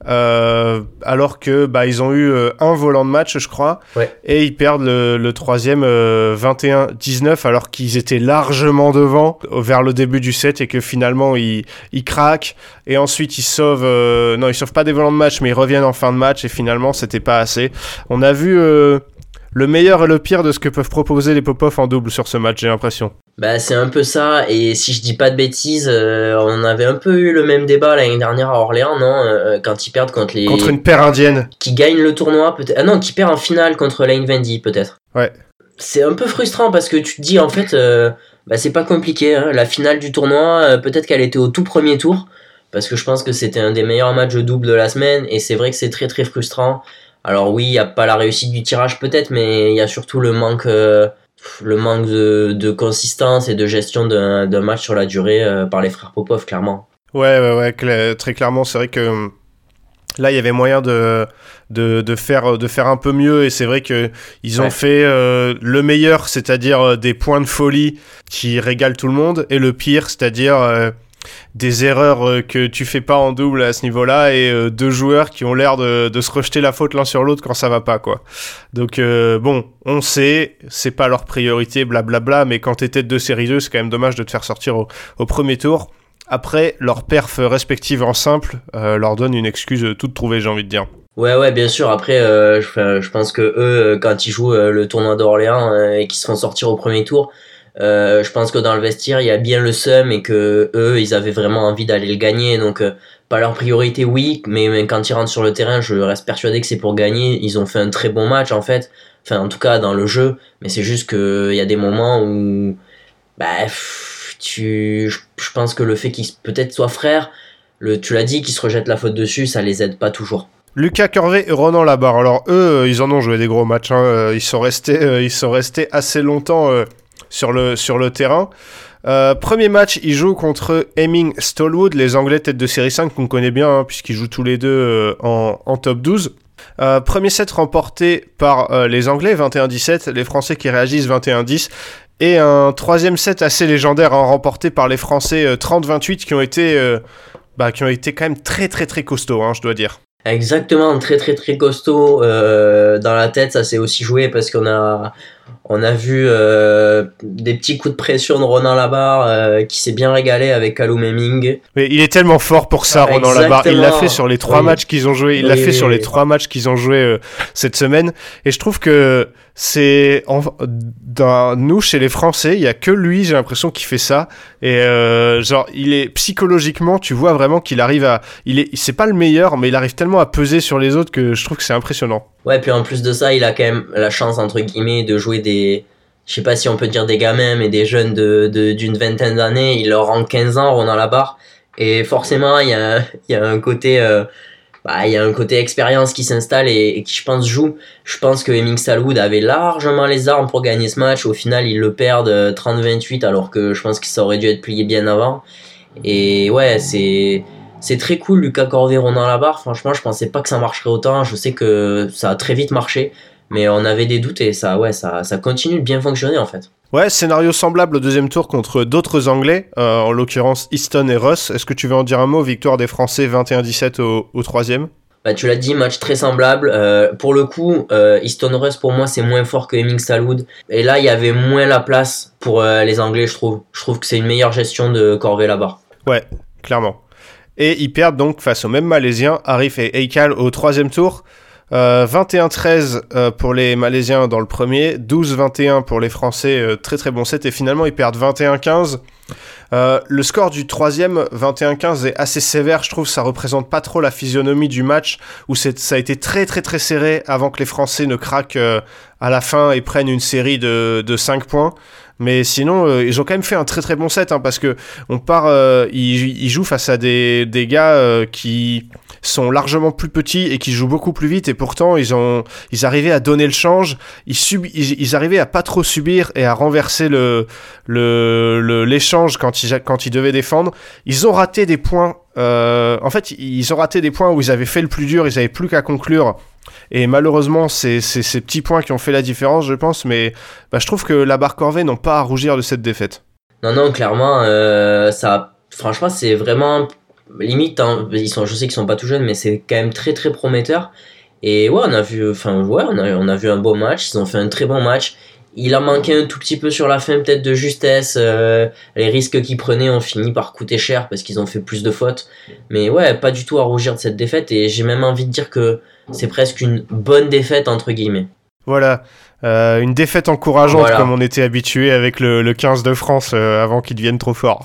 Euh, alors que bah ils ont eu euh, un volant de match je crois ouais. Et ils perdent le, le troisième euh, vingt et un dix-neuf alors qu'ils étaient largement devant vers le début du set et que finalement ils, ils craquent et ensuite ils sauvent euh, non ils sauvent pas des volants de match mais ils reviennent en fin de match et finalement c'était pas assez. On a vu euh, le meilleur et le pire de ce que peuvent proposer les Popov en double sur ce match, j'ai l'impression. Bah c'est un peu ça, et si je dis pas de bêtises, euh, on avait un peu eu le même débat l'année dernière à Orléans, non euh, quand ils perdent contre les... Contre une paire indienne. Qui gagnent le tournoi, peut-être... Ah non, qui perdent en finale contre Lane Vendy, peut-être. Ouais. C'est un peu frustrant, parce que tu te dis, en fait, euh, bah c'est pas compliqué, hein. La finale du tournoi, euh, peut-être qu'elle était au tout premier tour, parce que je pense que c'était un des meilleurs matchs de double de la semaine, et c'est vrai que c'est très très frustrant. Alors oui, il n'y a pas la réussite du tirage peut-être, mais il y a surtout le manque, euh, le manque de, de consistance et de gestion d'un, d'un match sur la durée euh, par les frères Popov, clairement. Ouais, ouais, ouais, cl- très clairement, c'est vrai que là, il y avait moyen de, de, de, faire, de faire un peu mieux, et c'est vrai qu'ils ont ouais. fait euh, le meilleur, c'est-à-dire euh, des points de folie qui régalent tout le monde, et le pire, c'est-à-dire... Euh, des erreurs euh, que tu fais pas en double à ce niveau-là et euh, deux joueurs qui ont l'air de, de se rejeter la faute l'un sur l'autre quand ça va pas quoi. Donc euh, bon, on sait, c'est pas leur priorité, blablabla, mais quand t'es tête de série deux, c'est quand même dommage de te faire sortir au, au premier tour. Après, leur perf respective en simple euh, leur donne une excuse toute trouvée, j'ai envie de dire. Ouais, ouais, bien sûr. Après, euh, je, je pense que eux, quand ils jouent euh, le tournoi d'Orléans euh, et qu'ils se font sortir au premier tour, Euh, je pense que dans le vestiaire il y a bien le seum et que eux ils avaient vraiment envie d'aller le gagner, donc euh, pas leur priorité oui, mais, mais quand ils rentrent sur le terrain je reste persuadé que c'est pour gagner. Ils ont fait un très bon match en fait, enfin en tout cas dans le jeu, mais c'est juste que il y a des moments où bah tu je, je pense que le fait qu'ils peut-être soient frères, le tu l'as dit, qu'ils se rejettent la faute dessus, ça les aide pas toujours. Lucas Corvée et Ronan Labarre. Alors eux, ils en ont joué des gros matchs. Hein. Ils sont restés, euh, ils sont restés assez longtemps euh, sur le sur le terrain. Euh, premier match, ils jouent contre Hemming Stallwood, les Anglais tête de série cinq qu'on connaît bien hein, puisqu'ils jouent tous les deux euh, en, en top douze. Euh, premier set remporté par euh, les Anglais, vingt et un dix-sept. Les Français qui réagissent, vingt et un dix. Et un troisième set assez légendaire hein, remporté par les Français, euh, trente vingt-huit, qui ont été, euh, bah, qui ont été quand même très très très costauds, hein, je dois dire. Exactement, très très très costaud. Euh, dans la tête, ça s'est aussi joué parce qu'on a, on a vu euh, des petits coups de pression de Ronan Labarre euh, qui s'est bien régalé avec Callum Hemming. Mais il est tellement fort pour ça, Ah, Ronan Labarre. Il l'a fait sur les trois oui. matchs qu'ils ont joués. Il Oui, l'a fait oui, sur oui. les trois matchs qu'ils ont joués euh, cette semaine. Et je trouve que c'est en, dans nous chez les Français, il y a que lui, j'ai l'impression, qui fait ça. Et euh, genre, il est psychologiquement, tu vois vraiment qu'il arrive à, il est, c'est pas le meilleur, mais il arrive tellement à peser sur les autres que je trouve que c'est impressionnant. Ouais, puis en plus de ça, il a quand même la chance entre guillemets de jouer des, je sais pas si on peut dire des gamins, mais des jeunes de, de d'une vingtaine d'années. Il leur rend quinze ans, Ronan Labarre, et forcément, il y a, il y a un côté euh, bah, il y a un côté expérience qui s'installe et, et qui, je pense, joue. Je pense que Hemming Stallwood avait largement les armes pour gagner ce match. Au final, ils le perdent trente vingt-huit, alors que je pense que ça aurait dû être plié bien avant. Et ouais, c'est, c'est très cool, Lucas Corvée, Ronan Labarre. Franchement, je pensais pas que ça marcherait autant. Je sais que ça a très vite marché, mais on avait des doutes et ça, ouais, ça, ça continue de bien fonctionner, en fait. Ouais, scénario semblable au deuxième tour contre d'autres Anglais, euh, en l'occurrence Easton et Russ. Est-ce que tu veux en dire un mot? Victoire des Français vingt et un dix-sept au, au troisième. Bah, tu l'as dit, match très semblable. Euh, pour le coup, euh, Easton Russ, pour moi, c'est moins fort que Hemming Stallwood. Et là, il y avait moins la place pour euh, les Anglais, je trouve. Je trouve que c'est une meilleure gestion de Corvée Labarre. Ouais, clairement. Et ils perdent donc face aux mêmes Malaisiens, Arif et Eikal, au troisième tour. Euh, vingt et un treize euh, pour les Malaisiens dans le premier, douze vingt et un pour les Français, euh, très très bon set, et finalement ils perdent vingt et un quinze. Euh, le score du troisième, vingt et un quinze, est assez sévère, je trouve, ça représente pas trop la physionomie du match, où c'est, ça a été très très très serré avant que les Français ne craquent euh, à la fin et prennent une série de, de cinq points. Mais sinon, euh, ils ont quand même fait un très très bon set, hein, parce que on part, euh, ils, ils jouent face à des, des gars euh, qui sont largement plus petits et qui jouent beaucoup plus vite, et pourtant ils ont, ils arrivaient à donner le change, ils, sub, ils, ils arrivaient à pas trop subir et à renverser le, le, le l'échange quand ils, quand ils devaient défendre. Ils ont raté des points, euh, en fait, ils ont raté des points où ils avaient fait le plus dur, ils avaient plus qu'à conclure. Et malheureusement, c'est, c'est ces petits points qui ont fait la différence, je pense. Mais bah, je trouve que Labarre Corvée n'ont pas à rougir de cette défaite. Non, non, clairement, euh, ça, franchement, c'est vraiment limite. Hein, ils sont, je sais qu'ils sont pas tout jeunes, mais c'est quand même très, très prometteur. Et ouais, on a vu, enfin, ouais, on a, on a vu un beau match. Ils ont fait un très bon match. Il a manqué un tout petit peu sur la fin, peut-être de justesse. Euh, les risques qu'ils prenaient ont fini par coûter cher parce qu'ils ont fait plus de fautes. Mais ouais, pas du tout à rougir de cette défaite. Et j'ai même envie de dire que c'est presque une bonne défaite, entre guillemets. Voilà, euh, une défaite encourageante, Voilà. comme on était habitué avec le, le quinze de France euh, avant qu'il devienne trop fort.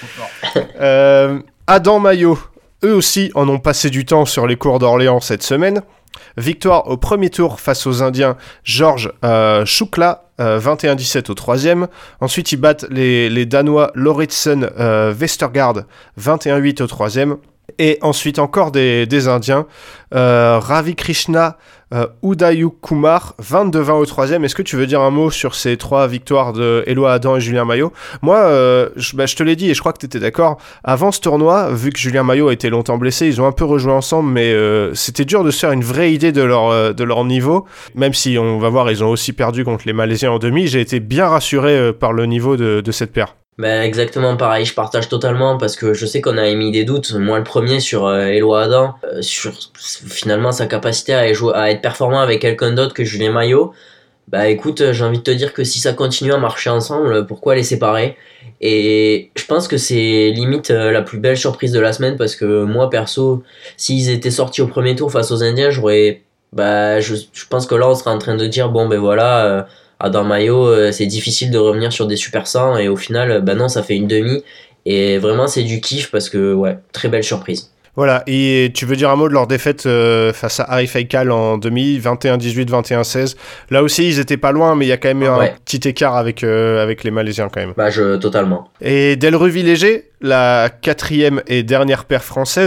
euh, Adam Maillot, eux aussi en ont passé du temps sur les cours d'Orléans cette semaine. Victoire au premier tour face aux Indiens Georges euh, Choukla, euh, vingt et un dix-sept au troisième. Ensuite, ils battent les, les Danois Lauritsen euh, Vestergaard, vingt et un huit au troisième. Et ensuite, encore des, des Indiens, euh, Ravi Krishna euh, Udayu Kumar, vingt-deux vingt au troisième. Est-ce que tu veux dire un mot sur ces trois victoires de Éloi Adam et Julien Maillot? Moi, euh, je, bah, je te l'ai dit et je crois que tu étais d'accord. Avant ce tournoi, vu que Julien Maillot a été longtemps blessé, ils ont un peu rejoué ensemble, mais euh, c'était dur de se faire une vraie idée de leur, euh, de leur niveau. Même si, on va voir, ils ont aussi perdu contre les Malaisiens en demi. J'ai été bien rassuré euh, par le niveau de, de cette paire. Ben exactement pareil, je partage totalement parce que je sais qu'on a émis des doutes, moi le premier sur euh, Éloi Adam, euh, sur finalement sa capacité à, jouer, à être performant avec quelqu'un d'autre que Julien Maillot. Bah écoute, j'ai envie de te dire que si ça continue à marcher ensemble, pourquoi les séparer? Et je pense que c'est limite euh, la plus belle surprise de la semaine parce que moi perso, s'ils étaient sortis au premier tour face aux Indiens, j'aurais, bah je, je pense que là on serait en train de dire bon ben voilà. Euh, Adam Maillot, euh, c'est difficile de revenir sur des super cent et au final, euh, bah non, ça fait une demi et vraiment c'est du kiff parce que ouais, très belle surprise. Voilà, et tu veux dire un mot de leur défaite euh, face à Arif Eikal en demi, vingt et un dix-huit, vingt et un seize. Là aussi, ils étaient pas loin, mais il y a quand même eu Ouais. un petit écart avec, euh, avec les Malaisiens quand même. Bah je totalement. Et Delrue-Villéger, la quatrième et dernière paire française,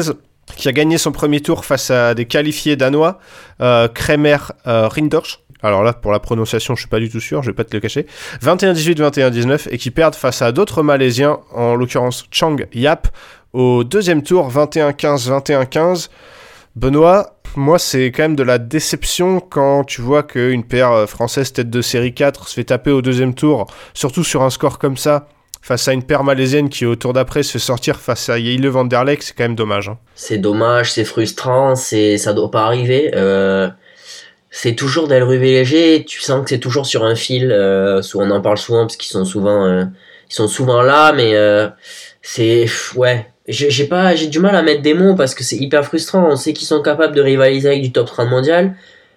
qui a gagné son premier tour face à des qualifiés danois, euh, Kremer euh, Rinders. Alors là, pour la prononciation, je suis pas du tout sûr, je vais pas te le cacher. vingt et un dix-huit, vingt et un dix-neuf, et qui perdent face à d'autres Malaisiens, en l'occurrence Chang Yap, au deuxième tour, vingt et un quinze, vingt et un quinze. Benoît, moi, c'est quand même de la déception quand tu vois qu'une paire française tête de série quatre se fait taper au deuxième tour, surtout sur un score comme ça, face à une paire malaisienne qui, au tour d'après, se fait sortir face à Jelle van der Leck. C'est quand même dommage. Hein. C'est dommage, c'est frustrant, c'est... ça doit pas arriver. Euh... C'est toujours Del Ruvi-Léger, tu sens que c'est toujours sur un fil, euh, on en parle souvent parce qu'ils sont souvent, euh, ils sont souvent là, mais euh, c'est, ouais, j'ai, j'ai pas, j'ai du mal à mettre des mots parce que c'est hyper frustrant. On sait qu'ils sont capables de rivaliser avec du top trente mondial.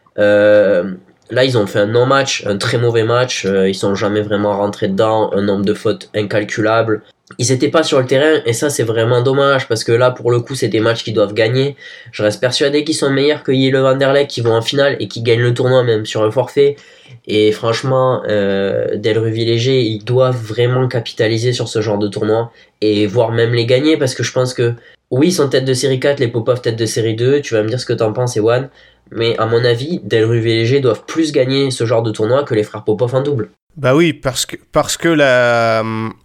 Euh, là, ils ont fait un non-match, un très mauvais match. Euh, ils sont jamais vraiment rentrés dedans, un nombre de fautes incalculable. Ils étaient pas sur le terrain et ça c'est vraiment dommage parce que là pour le coup c'est des matchs qu'ils doivent gagner. Je reste persuadé qu'ils sont meilleurs que Jelle van der Leck qui vont en finale et qui gagnent le tournoi même sur un forfait. Et franchement euh, Del Ruvi-Léger ils doivent vraiment capitaliser sur ce genre de tournoi et voire même les gagner parce que je pense que oui ils sont tête de série quatre, les Popov tête de série deux, tu vas me dire ce que t'en penses Ewan, mais à mon avis Del Ruvi-Léger doivent plus gagner ce genre de tournoi que les frères Popov en double. Bah oui parce que, parce que la...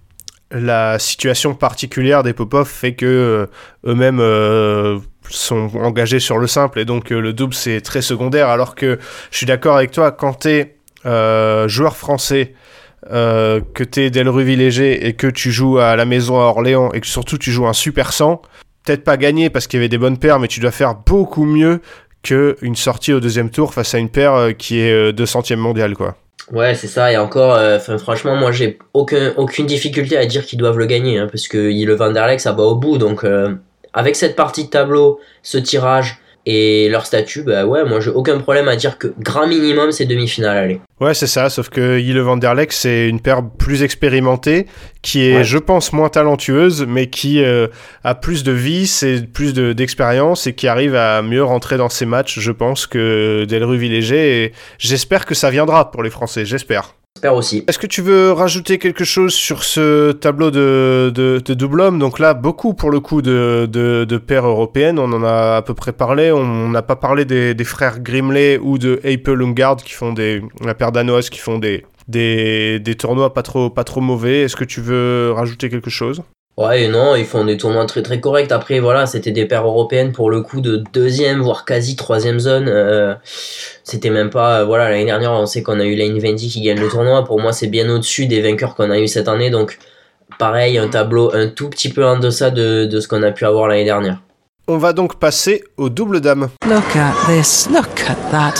La situation particulière des Popov fait que euh, eux-mêmes euh, sont engagés sur le simple et donc euh, le double c'est très secondaire, alors que je suis d'accord avec toi, quand t'es euh, joueur français, euh, que t'es Del Ruvi-Léger et que tu joues à la maison à Orléans et que surtout tu joues un Super cent, peut-être pas gagner parce qu'il y avait des bonnes paires, mais tu dois faire beaucoup mieux qu'une sortie au deuxième tour face à une paire euh, qui est euh, deux centième mondiale, quoi. Ouais, c'est ça, et encore, euh, franchement, moi j'ai aucun, aucune difficulté à dire qu'ils doivent le gagner, hein, parce que Jelle van der Leck, ça va au bout, donc euh, avec cette partie de tableau, ce tirage et leur statut, bah ouais, moi j'ai aucun problème à dire que grand minimum c'est demi-finale, allez. Ouais, c'est ça, sauf que Jelle van der Leck, c'est une paire plus expérimentée, qui est, ouais. je pense, moins talentueuse, mais qui euh, a plus de vis et plus de, d'expérience et qui arrive à mieux rentrer dans ses matchs, je pense, que Del Ruvi-Léger. Et j'espère que ça viendra pour les Français, j'espère. J'espère aussi. Est-ce que tu veux rajouter quelque chose sur ce tableau de, de, de double homme ? Donc là, beaucoup pour le coup de, de, de paires européennes, on en a à peu près parlé. On n'a pas parlé des, des frères Grimley ou de Hape Lundgaard qui font des, la paire danoise qui font des, des, des tournois pas trop, pas trop mauvais. Est-ce que tu veux rajouter quelque chose ? Ouais, non, ils font des tournois très très corrects. Après, voilà, c'était des paires européennes pour le coup de deuxième, voire quasi troisième zone. Euh, c'était même pas, euh, voilà, l'année dernière, on sait qu'on a eu Lane Vendy qui gagne le tournoi. Pour moi, c'est bien au-dessus des vainqueurs qu'on a eu cette année. Donc, pareil, un tableau un tout petit peu en deçà de, de ce qu'on a pu avoir l'année dernière. On va donc passer au double dame. Look at this, look at that.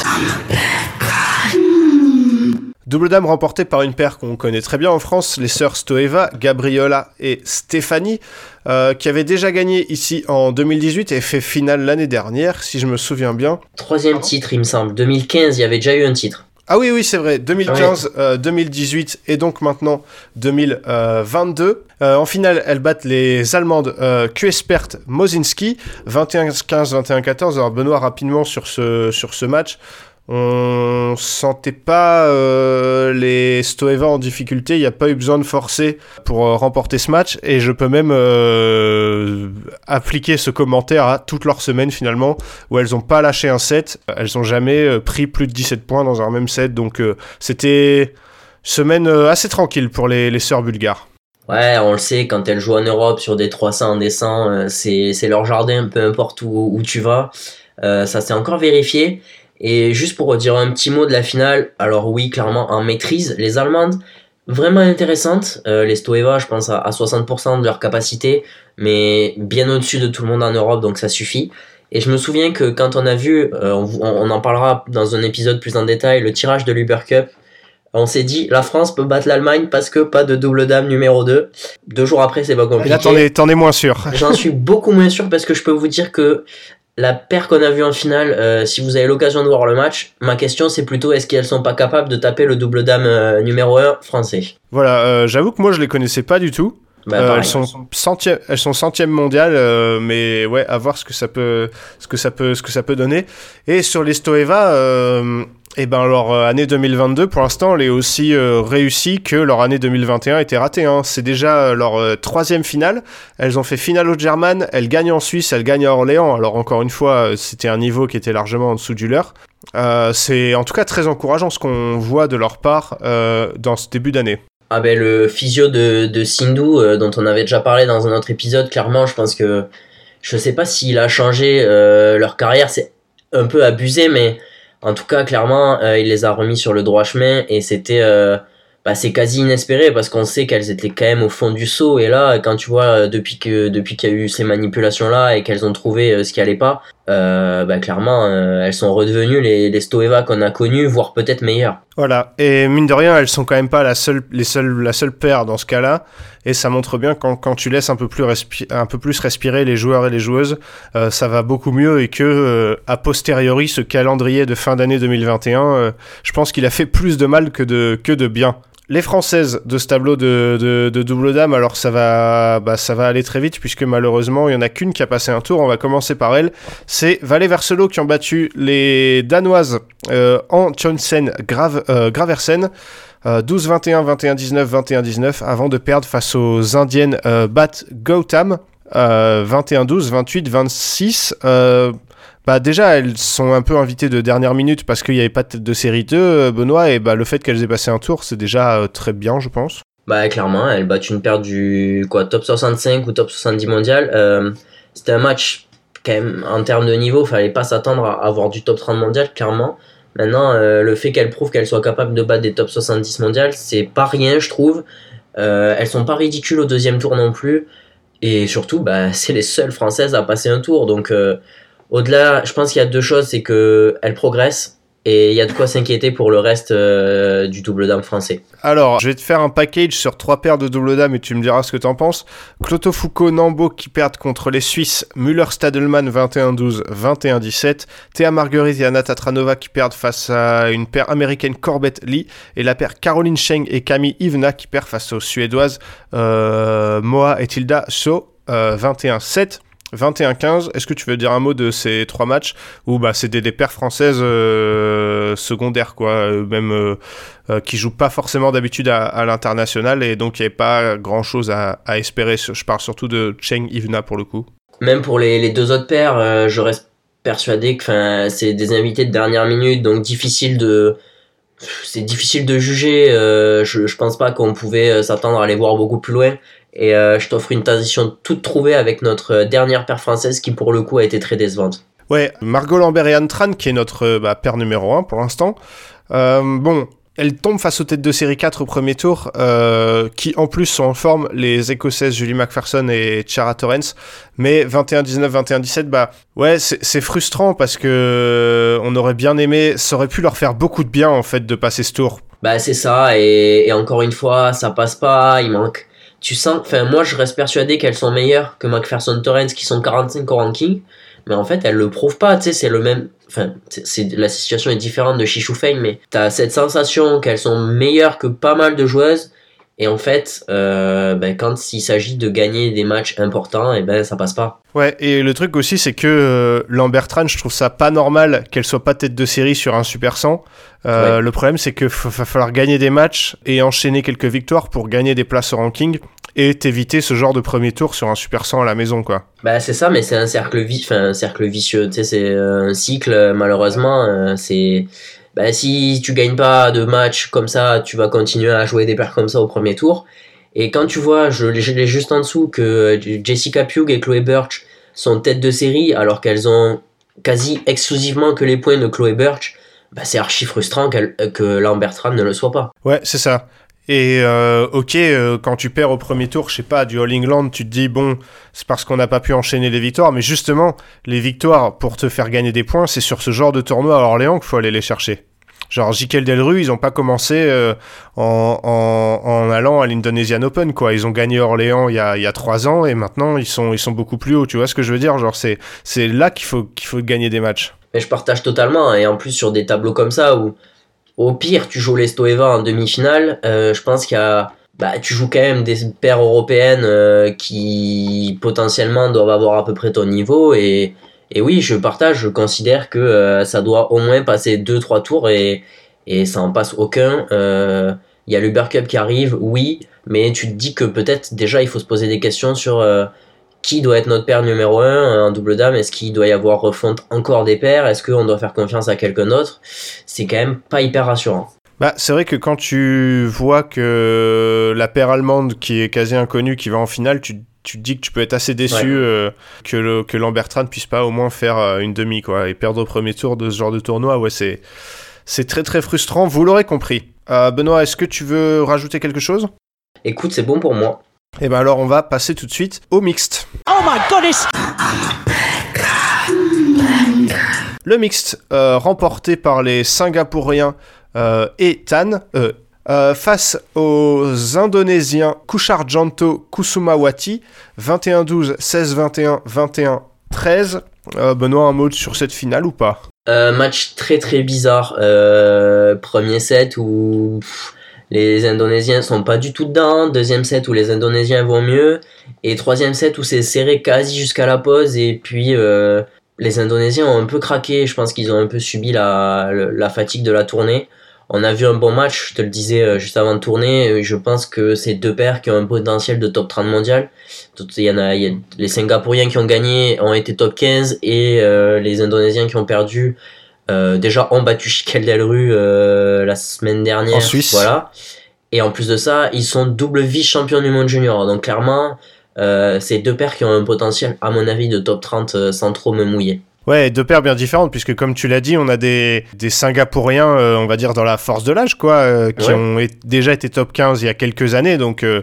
Double dame remportée par une paire qu'on connaît très bien en France, les sœurs Stoeva, Gabriela et Stéphanie, euh, qui avaient déjà gagné ici en deux mille dix-huit et fait finale l'année dernière, si je me souviens bien. Troisième titre, il me semble. deux mille quinze, il y avait déjà eu un titre. Ah oui, oui, c'est vrai. deux mille quinze, ouais. euh, deux mille dix-huit et donc maintenant deux mille vingt-deux. Euh, en finale, elles battent les Allemandes euh, Kuespert Mosinski, vingt et un quinze, vingt et un quatorze. Alors Benoît, rapidement sur ce, sur ce match, on sentait pas euh, les Stoeva en difficulté, il n'y a pas eu besoin de forcer pour euh, remporter ce match, et je peux même euh, appliquer ce commentaire à toute leur semaine finalement, où elles n'ont pas lâché un set, elles n'ont jamais euh, pris plus de dix-sept points dans un même set, donc euh, c'était semaine euh, assez tranquille pour les, les sœurs bulgares. Ouais, on le sait, quand elles jouent en Europe sur des trois cents, des cent, euh, c'est, c'est leur jardin, peu importe où, où tu vas, euh, ça s'est encore vérifié. Et juste pour dire un petit mot de la finale, alors oui, clairement en maîtrise, les Allemandes, vraiment intéressantes, euh, les Stoeva, je pense à, à soixante pour cent de leur capacité, mais bien au-dessus de tout le monde en Europe, donc ça suffit. Et je me souviens que quand on a vu, euh, on, on en parlera dans un épisode plus en détail, le tirage de l'Uber Cup, on s'est dit, la France peut battre l'Allemagne parce que pas de double dame numéro deux. Deux jours après, c'est pas compliqué. Et là, t'en es, t'en es moins sûr. J'en suis beaucoup moins sûr parce que je peux vous dire que la paire qu'on a vue en finale, euh, si vous avez l'occasion de voir le match, ma question c'est plutôt est-ce qu'elles sont pas capables de taper le double dame euh, numéro un français. Voilà, euh, j'avoue que moi je les connaissais pas du tout. Bah, euh, elles sont centième, elles sont centième mondiale, euh, mais ouais, à voir ce que ça peut, ce que ça peut, ce que ça peut donner. Et sur les Stoeva, euh, et ben leur euh, année deux mille vingt-deux, pour l'instant, elle est aussi euh, réussie que leur année deux mille vingt et un était ratée. Hein. C'est déjà euh, leur euh, troisième finale. Elles ont fait finale au German, elles gagnent en Suisse, elles gagnent à Orléans. Alors encore une fois, euh, c'était un niveau qui était largement en dessous du leur. Euh, c'est en tout cas très encourageant ce qu'on voit de leur part euh, dans ce début d'année. Ah ben le physio de, de Sindhu, euh, dont on avait déjà parlé dans un autre épisode, clairement, je pense que je sais pas s'il a changé euh, leur carrière, c'est un peu abusé, mais en tout cas, clairement, euh, il les a remis sur le droit chemin et c'était, euh, bah, c'est quasi inespéré parce qu'on sait qu'elles étaient quand même au fond du seau. Et là, quand tu vois, euh, depuis que depuis qu'il y a eu ces manipulations-là et qu'elles ont trouvé euh, ce qui allait pas, euh, bah, clairement, euh, elles sont redevenues les, les Stoeva qu'on a connues, voire peut-être meilleures. Voilà, et mine de rien, elles sont quand même pas la seule, les seules, la seule paire dans ce cas-là, et ça montre bien quand, quand tu laisses un peu plus, respi- un peu plus respirer les joueurs et les joueuses, euh, ça va beaucoup mieux, et que euh, a posteriori, ce calendrier de fin d'année deux mille vingt et un, euh, je pense qu'il a fait plus de mal que de, que de bien. Les Françaises de ce tableau de, de, de double dame, alors ça va, bah ça va aller très vite puisque malheureusement il n'y en a qu'une qui a passé un tour. On va commencer par elle. C'est Valle Verselo qui ont battu les Danoises euh, en Tjonsen Grave, euh, Graversen. Euh, douze vingt et un, vingt et un dix-neuf, vingt et un dix-neuf avant de perdre face aux Indiennes euh, Bat Gautam euh, vingt et un douze, vingt-huit vingt-six. Euh, Bah déjà, elles sont un peu invitées de dernière minute parce qu'il n'y avait pas de tête de série deux, euh, Benoît, et bah, le fait qu'elles aient passé un tour, c'est déjà euh, très bien, je pense. Bah clairement, elles battent une paire du quoi, top soixante-cinq ou top soixante-dix mondial. Euh, c'était un match, quand même, en termes de niveau, fallait pas s'attendre à avoir du top trente mondial, clairement. Maintenant, euh, le fait qu'elles prouvent qu'elles soient capables de battre des top soixante-dix mondial, c'est pas rien, je trouve. Euh, elles sont pas ridicules au deuxième tour non plus. Et surtout, bah, c'est les seules françaises à passer un tour, donc... Euh, Au-delà, je pense qu'il y a deux choses, c'est qu'elles progressent et il y a de quoi s'inquiéter pour le reste euh, du double dame français. Alors, je vais te faire un package sur trois paires de double dame et tu me diras ce que t'en penses. Cloto Foucault, Nambo qui perdent contre les Suisses, Müller-Stadelmann vingt et un douze, vingt et un dix-sept, Théa Marguerite et Anna Tatranova qui perdent face à une paire américaine Corbett Lee, et la paire Caroline Scheng et Camille Ivna qui perd face aux Suédoises euh, Moa et Tilda Shaw, euh, vingt et un sept. vingt et un quinze, est-ce que tu veux dire un mot de ces trois matchs où bah, c'est des, des paires françaises euh, secondaires, quoi, euh, même euh, euh, qui jouent pas forcément d'habitude à, à l'international et donc il n'y avait pas grand-chose à, à espérer. Je parle surtout de Cheng Ivna pour le coup. Même pour les, les deux autres paires, euh, je reste persuadé que c'est des invités de dernière minute, donc difficile de... C'est difficile de juger, euh, je, je pense pas qu'on pouvait s'attendre à les voir beaucoup plus loin. Et euh, je t'offre une transition toute trouvée avec notre dernière paire française qui pour le coup a été très décevante. Ouais, Margot Lambert et Anne Tran qui est notre bah, paire numéro un pour l'instant. Euh, bon, elle tombe face aux têtes de série quatre au premier tour, euh, qui en plus sont en forme, les écossaises Julie McPherson et Ciara Torrens. Mais vingt et un dix-neuf, vingt et un dix-sept, bah ouais, c'est, c'est frustrant parce que on aurait bien aimé, ça aurait pu leur faire beaucoup de bien en fait de passer ce tour. Bah c'est ça, et, et encore une fois, ça passe pas, il manque... Tu sens, enfin moi je reste persuadé qu'elles sont meilleures que McPherson Torrens qui sont quarante-cinq au ranking, mais en fait elles le prouvent pas, tu sais, c'est le même, enfin c'est, c'est, la situation est différente de Shishu Feng, mais t'as cette sensation qu'elles sont meilleures que pas mal de joueuses, et en fait, euh, ben, quand il s'agit de gagner des matchs importants, et ben ça passe pas. Ouais, et le truc aussi, c'est que euh, Lambert Tran, je trouve ça pas normal qu'elle soit pas tête de série sur un Super cent. Euh, ouais. Le problème, c'est qu'il f- va falloir gagner des matchs et enchaîner quelques victoires pour gagner des places au ranking et t'éviter ce genre de premier tour sur un Super cent à la maison, quoi. Bah c'est ça, mais c'est un cercle, vi- enfin, un cercle vicieux, tu sais, c'est un cycle, malheureusement, euh, c'est... Bah, si tu gagnes pas de match comme ça, tu vas continuer à jouer des paires comme ça au premier tour. Et quand tu vois, je, je l'ai juste en dessous, que Jessica Pugh et Chloé Birch sont tête de série alors qu'elles ont quasi exclusivement que les points de Chloé Birch, bah c'est archi frustrant que Lambert Tran ne le soit pas. Ouais, c'est ça. Et euh, ok, euh, quand tu perds au premier tour, je sais pas, du All England, tu te dis bon, c'est parce qu'on n'a pas pu enchaîner les victoires, mais justement, les victoires pour te faire gagner des points, c'est sur ce genre de tournoi à Orléans qu'il faut aller les chercher. Genre J K Delru, ils ont pas commencé euh, en, en, en allant à l'Indonesian Open, quoi. Ils ont gagné Orléans il y a il y a trois ans et maintenant ils sont ils sont beaucoup plus hauts. Tu vois ce que je veux dire? Genre c'est c'est là qu'il faut qu'il faut gagner des matchs. Mais je partage totalement, et en plus sur des tableaux comme ça où au pire tu joues les Stoeva en demi-finale, euh, je pense qu'il y a bah tu joues quand même des paires européennes euh, qui potentiellement doivent avoir à peu près ton niveau, et Et oui, je partage, je considère que euh, ça doit au moins passer deux trois tours et, et ça en passe aucun. Euh, Il y a l'Uber Cup qui arrive, oui, mais tu te dis que peut-être déjà il faut se poser des questions sur euh, qui doit être notre paire numéro un en double dame. Est-ce qu'il doit y avoir refonte encore des paires? Est-ce qu'on doit faire confiance à quelqu'un d'autre? C'est quand même pas hyper rassurant. Bah, c'est vrai que quand tu vois que la paire allemande qui est quasi inconnue qui va en finale, tu, tu te dis que tu peux être assez déçu ouais. euh, que, le, que Lambertran puisse pas au moins faire euh, une demi quoi, et perdre au premier tour de ce genre de tournoi. Ouais, c'est, c'est très très frustrant, vous l'aurez compris. Euh, Benoît, est-ce que tu veux rajouter quelque chose? Écoute, c'est bon pour moi. Et ben alors on va passer tout de suite au mixte. Oh my goodness! Le mixte, euh, remporté par les Singapouriens euh, et Tan, euh, euh, face aux Indonésiens Kusharjanto Kusumawati, vingt et un douze, seize vingt et un, vingt et un treize. Euh, Benoît, un mot sur cette finale ou pas? Euh, match très très bizarre. Euh, premier set où pff, les Indonésiens sont pas du tout dedans. Deuxième set où les Indonésiens vont mieux. Et troisième set où c'est serré quasi jusqu'à la pause. Et puis euh, les Indonésiens ont un peu craqué. Je pense qu'ils ont un peu subi la, la fatigue de la tournée. On a vu un bon match, je te le disais juste avant de tourner. Je pense que c'est deux paires qui ont un potentiel de top trente mondial. Il y en a, il y a les Singapouriens qui ont gagné ont été top quinze et euh, les Indonésiens qui ont perdu euh, déjà ont battu Chikel Delru euh, la semaine dernière. En Suisse. Voilà. Et en plus de ça, ils sont double vice-champions du monde junior. Donc clairement, euh, c'est deux paires qui ont un potentiel, à mon avis, de top trente euh, sans trop me mouiller. Ouais, deux paires bien différentes, puisque comme tu l'as dit, on a des, des Singapouriens, euh, on va dire, dans la force de l'âge, quoi, euh, qui ouais. ont é- déjà été top quinze il y a quelques années, donc euh,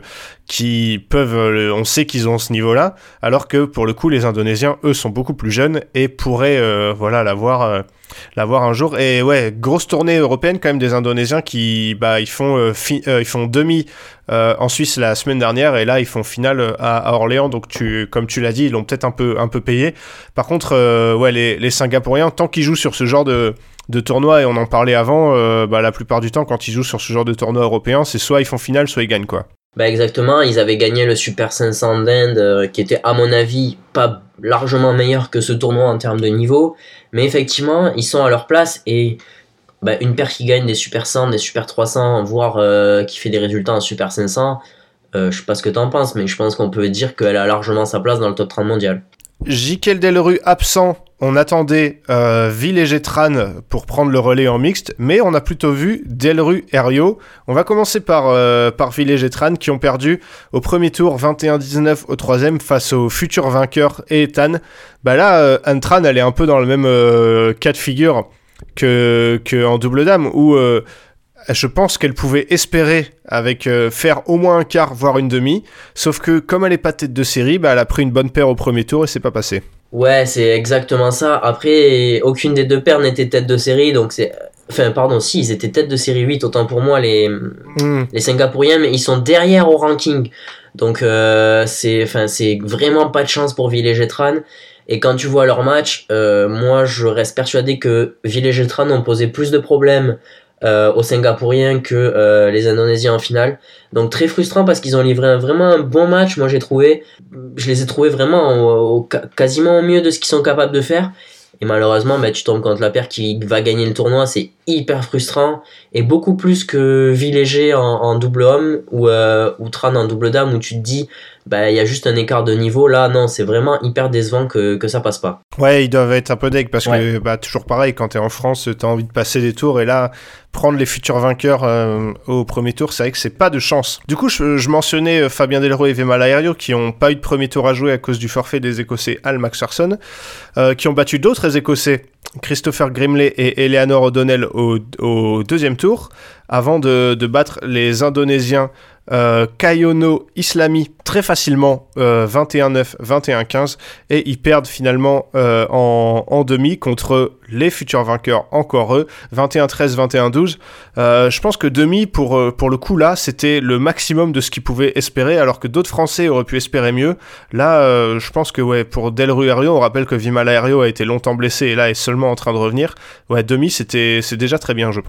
qui peuvent, euh, on sait qu'ils ont ce niveau-là, alors que pour le coup, les Indonésiens, eux, sont beaucoup plus jeunes et pourraient, euh, voilà, l'avoir, euh, l'avoir un jour. Et ouais, grosse tournée européenne quand même des Indonésiens qui, bah, ils font, euh, fi- euh, ils font demi euh, en Suisse la semaine dernière et là, ils font finale à, à Orléans, donc tu, comme tu l'as dit, ils l'ont peut-être un peu, un peu payé. Par contre, euh, ouais, les, les Singapouriens, tant qu'ils jouent sur ce genre de, de tournoi, et on en parlait avant, euh, bah, la plupart du temps, quand ils jouent sur ce genre de tournoi européen, c'est soit ils font finale, soit ils gagnent, quoi. Bah exactement, ils avaient gagné le Super cinq cents d'Inde, euh, qui était à mon avis pas largement meilleur que ce tournoi en termes de niveau, mais effectivement, ils sont à leur place et bah, une paire qui gagne des Super cent, des Super trois cents, voire euh, qui fait des résultats en Super cinq cents, euh, je sais pas ce que t'en penses, mais je pense qu'on peut dire qu'elle a largement sa place dans le top trente mondial. Jikel Delru absent, on attendait euh, Villers-Gétran pour prendre le relais en mixte, mais on a plutôt vu Delru Herriot. On va commencer par, euh, par Villers-Gétran qui ont perdu au premier tour vingt et un dix-neuf au troisième face au futur vainqueur et Tan. Bah là, euh, Antran, elle est un peu dans le même euh, cas de figure que, que en double dame où euh, je pense qu'elle pouvait espérer avec euh, faire au moins un quart, voire une demi. Sauf que comme elle est pas tête de série, bah, elle a pris une bonne paire au premier tour et c'est pas passé. Ouais, c'est exactement ça. Après, aucune des deux paires n'était tête de série, donc c'est... Enfin, pardon, si, ils étaient tête de série huit, autant pour moi, les, mmh. les Singapouriens, mais ils sont derrière au ranking. Donc, euh, c'est, enfin, c'est vraiment pas de chance pour Villers-Gétran. Et quand tu vois leur match, euh, moi, je reste persuadé que Villers-Gétran ont posé plus de problèmes Euh, aux Singapouriens que euh, les Indonésiens en finale. Donc très frustrant parce qu'ils ont livré un, vraiment un bon match, moi j'ai trouvé. Je les ai trouvés vraiment au, au, quasiment au mieux de ce qu'ils sont capables de faire. Et malheureusement, bah, tu tombes contre la paire qui va gagner le tournoi, c'est hyper frustrant. Et beaucoup plus que Villéger en, en double homme ou, euh, ou Tran en double dame où tu te dis bah il y a juste un écart de niveau. Là non, c'est vraiment hyper décevant que, que ça passe pas. Ouais, ils doivent être un peu deg parce ouais. que bah toujours pareil, quand t'es en France, t'as envie de passer des tours et là prendre les futurs vainqueurs euh, au premier tour, c'est vrai que c'est pas de chance. Du coup, je, je mentionnais Fabien Delru et Vemala Herriot qui ont pas eu de premier tour à jouer à cause du forfait des Écossais Al Macpherson, euh, qui ont battu d'autres Écossais, Christopher Grimley et Eleanor O'Donnell au, au deuxième tour, avant de, de battre les Indonésiens euh, Kayono Islami très facilement, euh, vingt et un neuf, vingt et un quinze, et ils perdent finalement euh, en, en demi contre les futurs vainqueurs, encore eux, vingt et un treize, vingt et un douze. Euh, je pense que demi, pour, pour le coup là, c'était le maximum de ce qu'ils pouvaient espérer, alors que d'autres Français auraient pu espérer mieux. Là, euh, je pense que ouais, pour Delru Herriot, on rappelle que Vimala Herriot a été longtemps blessé et là est seulement en train de revenir. Ouais, demi, c'était, c'est déjà très bien, je pense.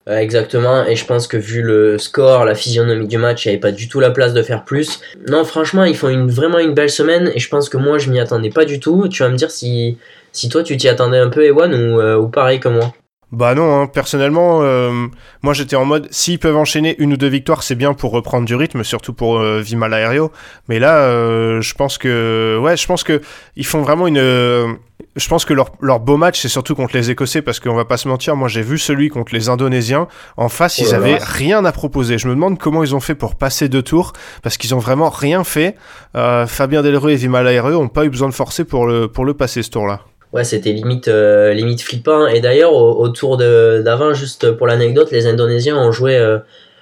Euh, exactement, et je pense que vu le score, la physionomie du match, il n'y avait pas du tout la place de faire plus. Non, franchement, ils font une, vraiment une belle semaine, et je pense que moi, je m'y attendais pas du tout. Tu vas me dire si, si toi, tu t'y attendais un peu, Ewan, ou, euh, ou pareil que moi. Bah non, hein. Personnellement, euh, moi j'étais en mode, s'ils peuvent enchaîner une ou deux victoires, c'est bien pour reprendre du rythme, surtout pour euh, Vimal Aéreo. Mais là, euh, je pense que, ouais, je pense que ils font vraiment une, euh, je pense que leur leur beau match, c'est surtout contre les Écossais, parce qu'on va pas se mentir, moi j'ai vu celui contre les Indonésiens. En face, Oh ils là avaient là. rien à proposer. Je me demande comment ils ont fait pour passer deux tours, parce qu'ils ont vraiment rien fait. Euh, Fabien Delreux et Vimal Aéreo ont pas eu besoin de forcer pour le pour le passer ce tour-là. Ouais, c'était limite, euh, limite flippant. Et d'ailleurs, au, au tour de, d'avant, juste pour l'anecdote, les Indonésiens ont joué euh,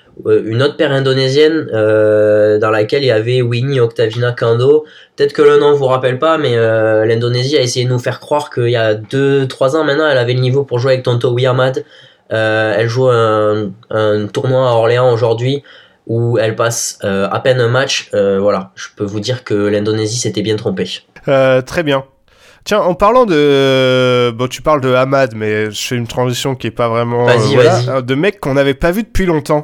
une autre paire indonésienne euh, dans laquelle il y avait Winnie Octavina Kando. Peut-être que le nom vous rappelle pas, mais euh, l'Indonésie a essayé de nous faire croire qu'il y a deux trois ans maintenant, elle avait le niveau pour jouer avec Tontowi Ahmad. Euh, elle joue un, un tournoi à Orléans aujourd'hui où elle passe euh, à peine un match. Euh, voilà, je peux vous dire que l'Indonésie s'était bien trompée. Euh, très bien. Tiens, en parlant de... Bon, tu parles de Ahmad, mais je fais une transition qui est pas vraiment... Vas-y, voilà, vas-y. de mecs qu'on n'avait pas vu depuis longtemps.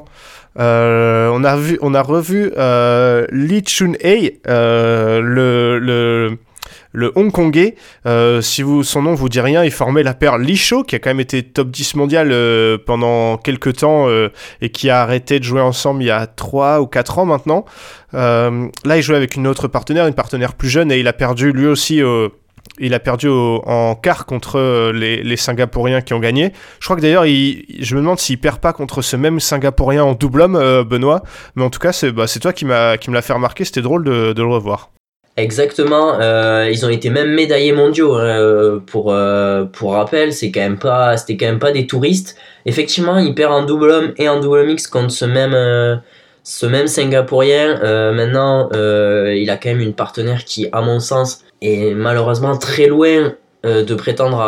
Euh, on, a vu, on a revu euh, Lee Chun-hei, euh, le, le, le Hongkongais. Euh, si vous, son nom vous dit rien, il formait la paire Lee Shaw, qui a quand même été top dix mondial euh, pendant quelques temps euh, et qui a arrêté de jouer ensemble il y a trois ou quatre ans maintenant. Euh, là, il jouait avec une autre partenaire, une partenaire plus jeune, et il a perdu lui aussi... Euh, Il a perdu au, en quart contre euh, les, les Singapouriens qui ont gagné. Je crois que d'ailleurs, il, je me demande s'il perd pas contre ce même Singapourien en double homme, euh, Benoît. Mais en tout cas, c'est, bah, c'est toi qui, m'a, qui me l'a fait remarquer. C'était drôle de, de le revoir. Exactement, euh, ils ont été même médaillés mondiaux. Hein, pour euh, pour rappel, c'est quand même pas, c'était quand même pas des touristes. Effectivement, ils perdent en double homme et en double mix contre ce même euh, ce même Singapourien. Euh, maintenant, euh, il a quand même une partenaire qui, à mon sens, est malheureusement très loin euh, de prétendre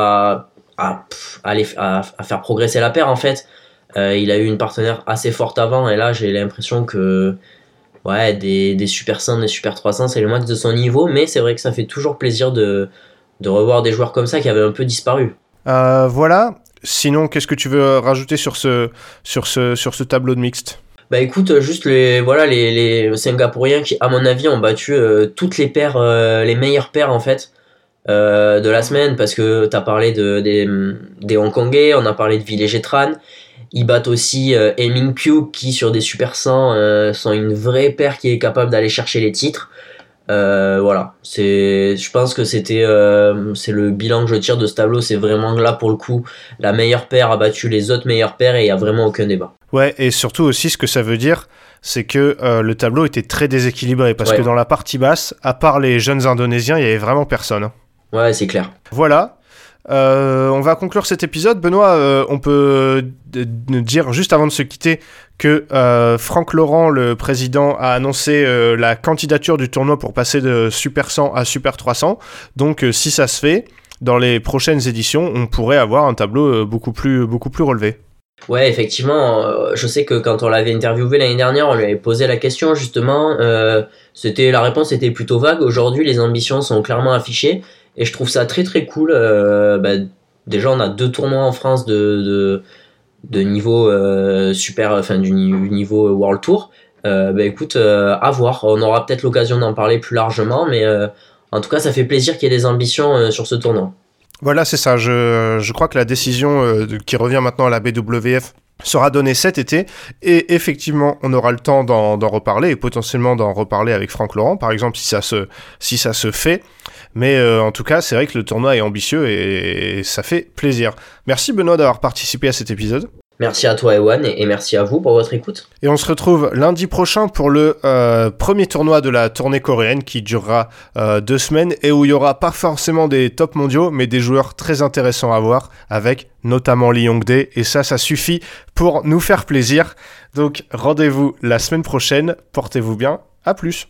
à à, pff, à, les, à à faire progresser la paire en fait. Euh, il a eu une partenaire assez forte avant et là j'ai l'impression que ouais, des, des Super cent, des Super trois cents, c'est le max de son niveau, mais c'est vrai que ça fait toujours plaisir de, de revoir des joueurs comme ça qui avaient un peu disparu. Euh, voilà. Sinon, qu'est-ce que tu veux rajouter sur ce, sur ce, sur ce tableau de mixte ? Bah écoute, juste les, voilà, les, les Singapouriens qui, à mon avis, ont battu euh, toutes les paires, euh, les meilleures paires en fait, euh, de la semaine, parce que t'as parlé de, des, des Hongkongais, on a parlé de Villers-Gétran. Ils battent aussi euh, Heming Pugh qui sur des Super cent euh, sont une vraie paire qui est capable d'aller chercher les titres. Euh, voilà, c'est, je pense que c'était euh, c'est le bilan que je tire de ce tableau, c'est vraiment là pour le coup la meilleure paire a battu les autres meilleures paires et il y a vraiment aucun débat. Ouais, et surtout aussi ce que ça veut dire, c'est que euh, le tableau était très déséquilibré parce Ouais. que dans la partie basse, à part les jeunes Indonésiens, il y avait vraiment personne. Hein. Ouais, c'est clair. Voilà. Euh, on va conclure cet épisode. Benoît, euh, on peut d- d- dire juste avant de se quitter que euh, Franck Laurent, le président, a annoncé euh, la candidature du tournoi pour passer de Super cent à Super trois cents. Donc euh, si ça se fait, dans les prochaines éditions, on pourrait avoir un tableau euh, beaucoup plus, beaucoup plus relevé. Ouais, effectivement, euh, je sais que quand on l'avait interviewé l'année dernière, on lui avait posé la question justement, euh, c'était, la réponse était plutôt vague. Aujourd'hui, les ambitions sont clairement affichées et je trouve ça très très cool. Euh, bah, déjà, on a deux tournois en France de, de, de niveau euh, super, enfin du ni- niveau World Tour. Euh, bah écoute, euh, à voir, on aura peut-être l'occasion d'en parler plus largement, mais euh, en tout cas, ça fait plaisir qu'il y ait des ambitions euh, sur ce tournoi. Voilà, c'est ça. Je, je crois que la décision euh, de- qui revient maintenant à la B W F sera donnée cet été. Et effectivement, on aura le temps d'en, d'en reparler et potentiellement d'en reparler avec Franck Laurent, par exemple, si ça se, si ça se fait. Mais euh, en tout cas, c'est vrai que le tournoi est ambitieux et, et ça fait plaisir. Merci Benoît d'avoir participé à cet épisode. Merci à toi, Ewan, et, et merci à vous pour votre écoute. Et on se retrouve lundi prochain pour le euh, premier tournoi de la tournée coréenne qui durera euh, deux semaines et où il y aura pas forcément des tops mondiaux mais des joueurs très intéressants à voir avec notamment Lee Yong-dae et ça, ça suffit pour nous faire plaisir. Donc rendez-vous la semaine prochaine, portez-vous bien, à plus.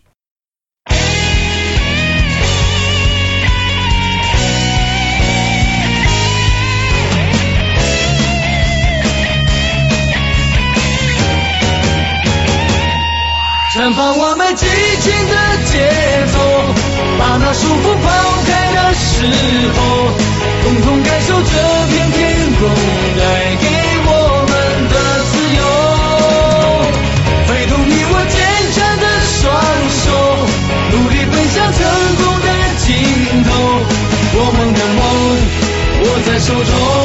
绽放我们激情的节奏，把那束缚抛开的时候，共同感受这片天空带给我们手中。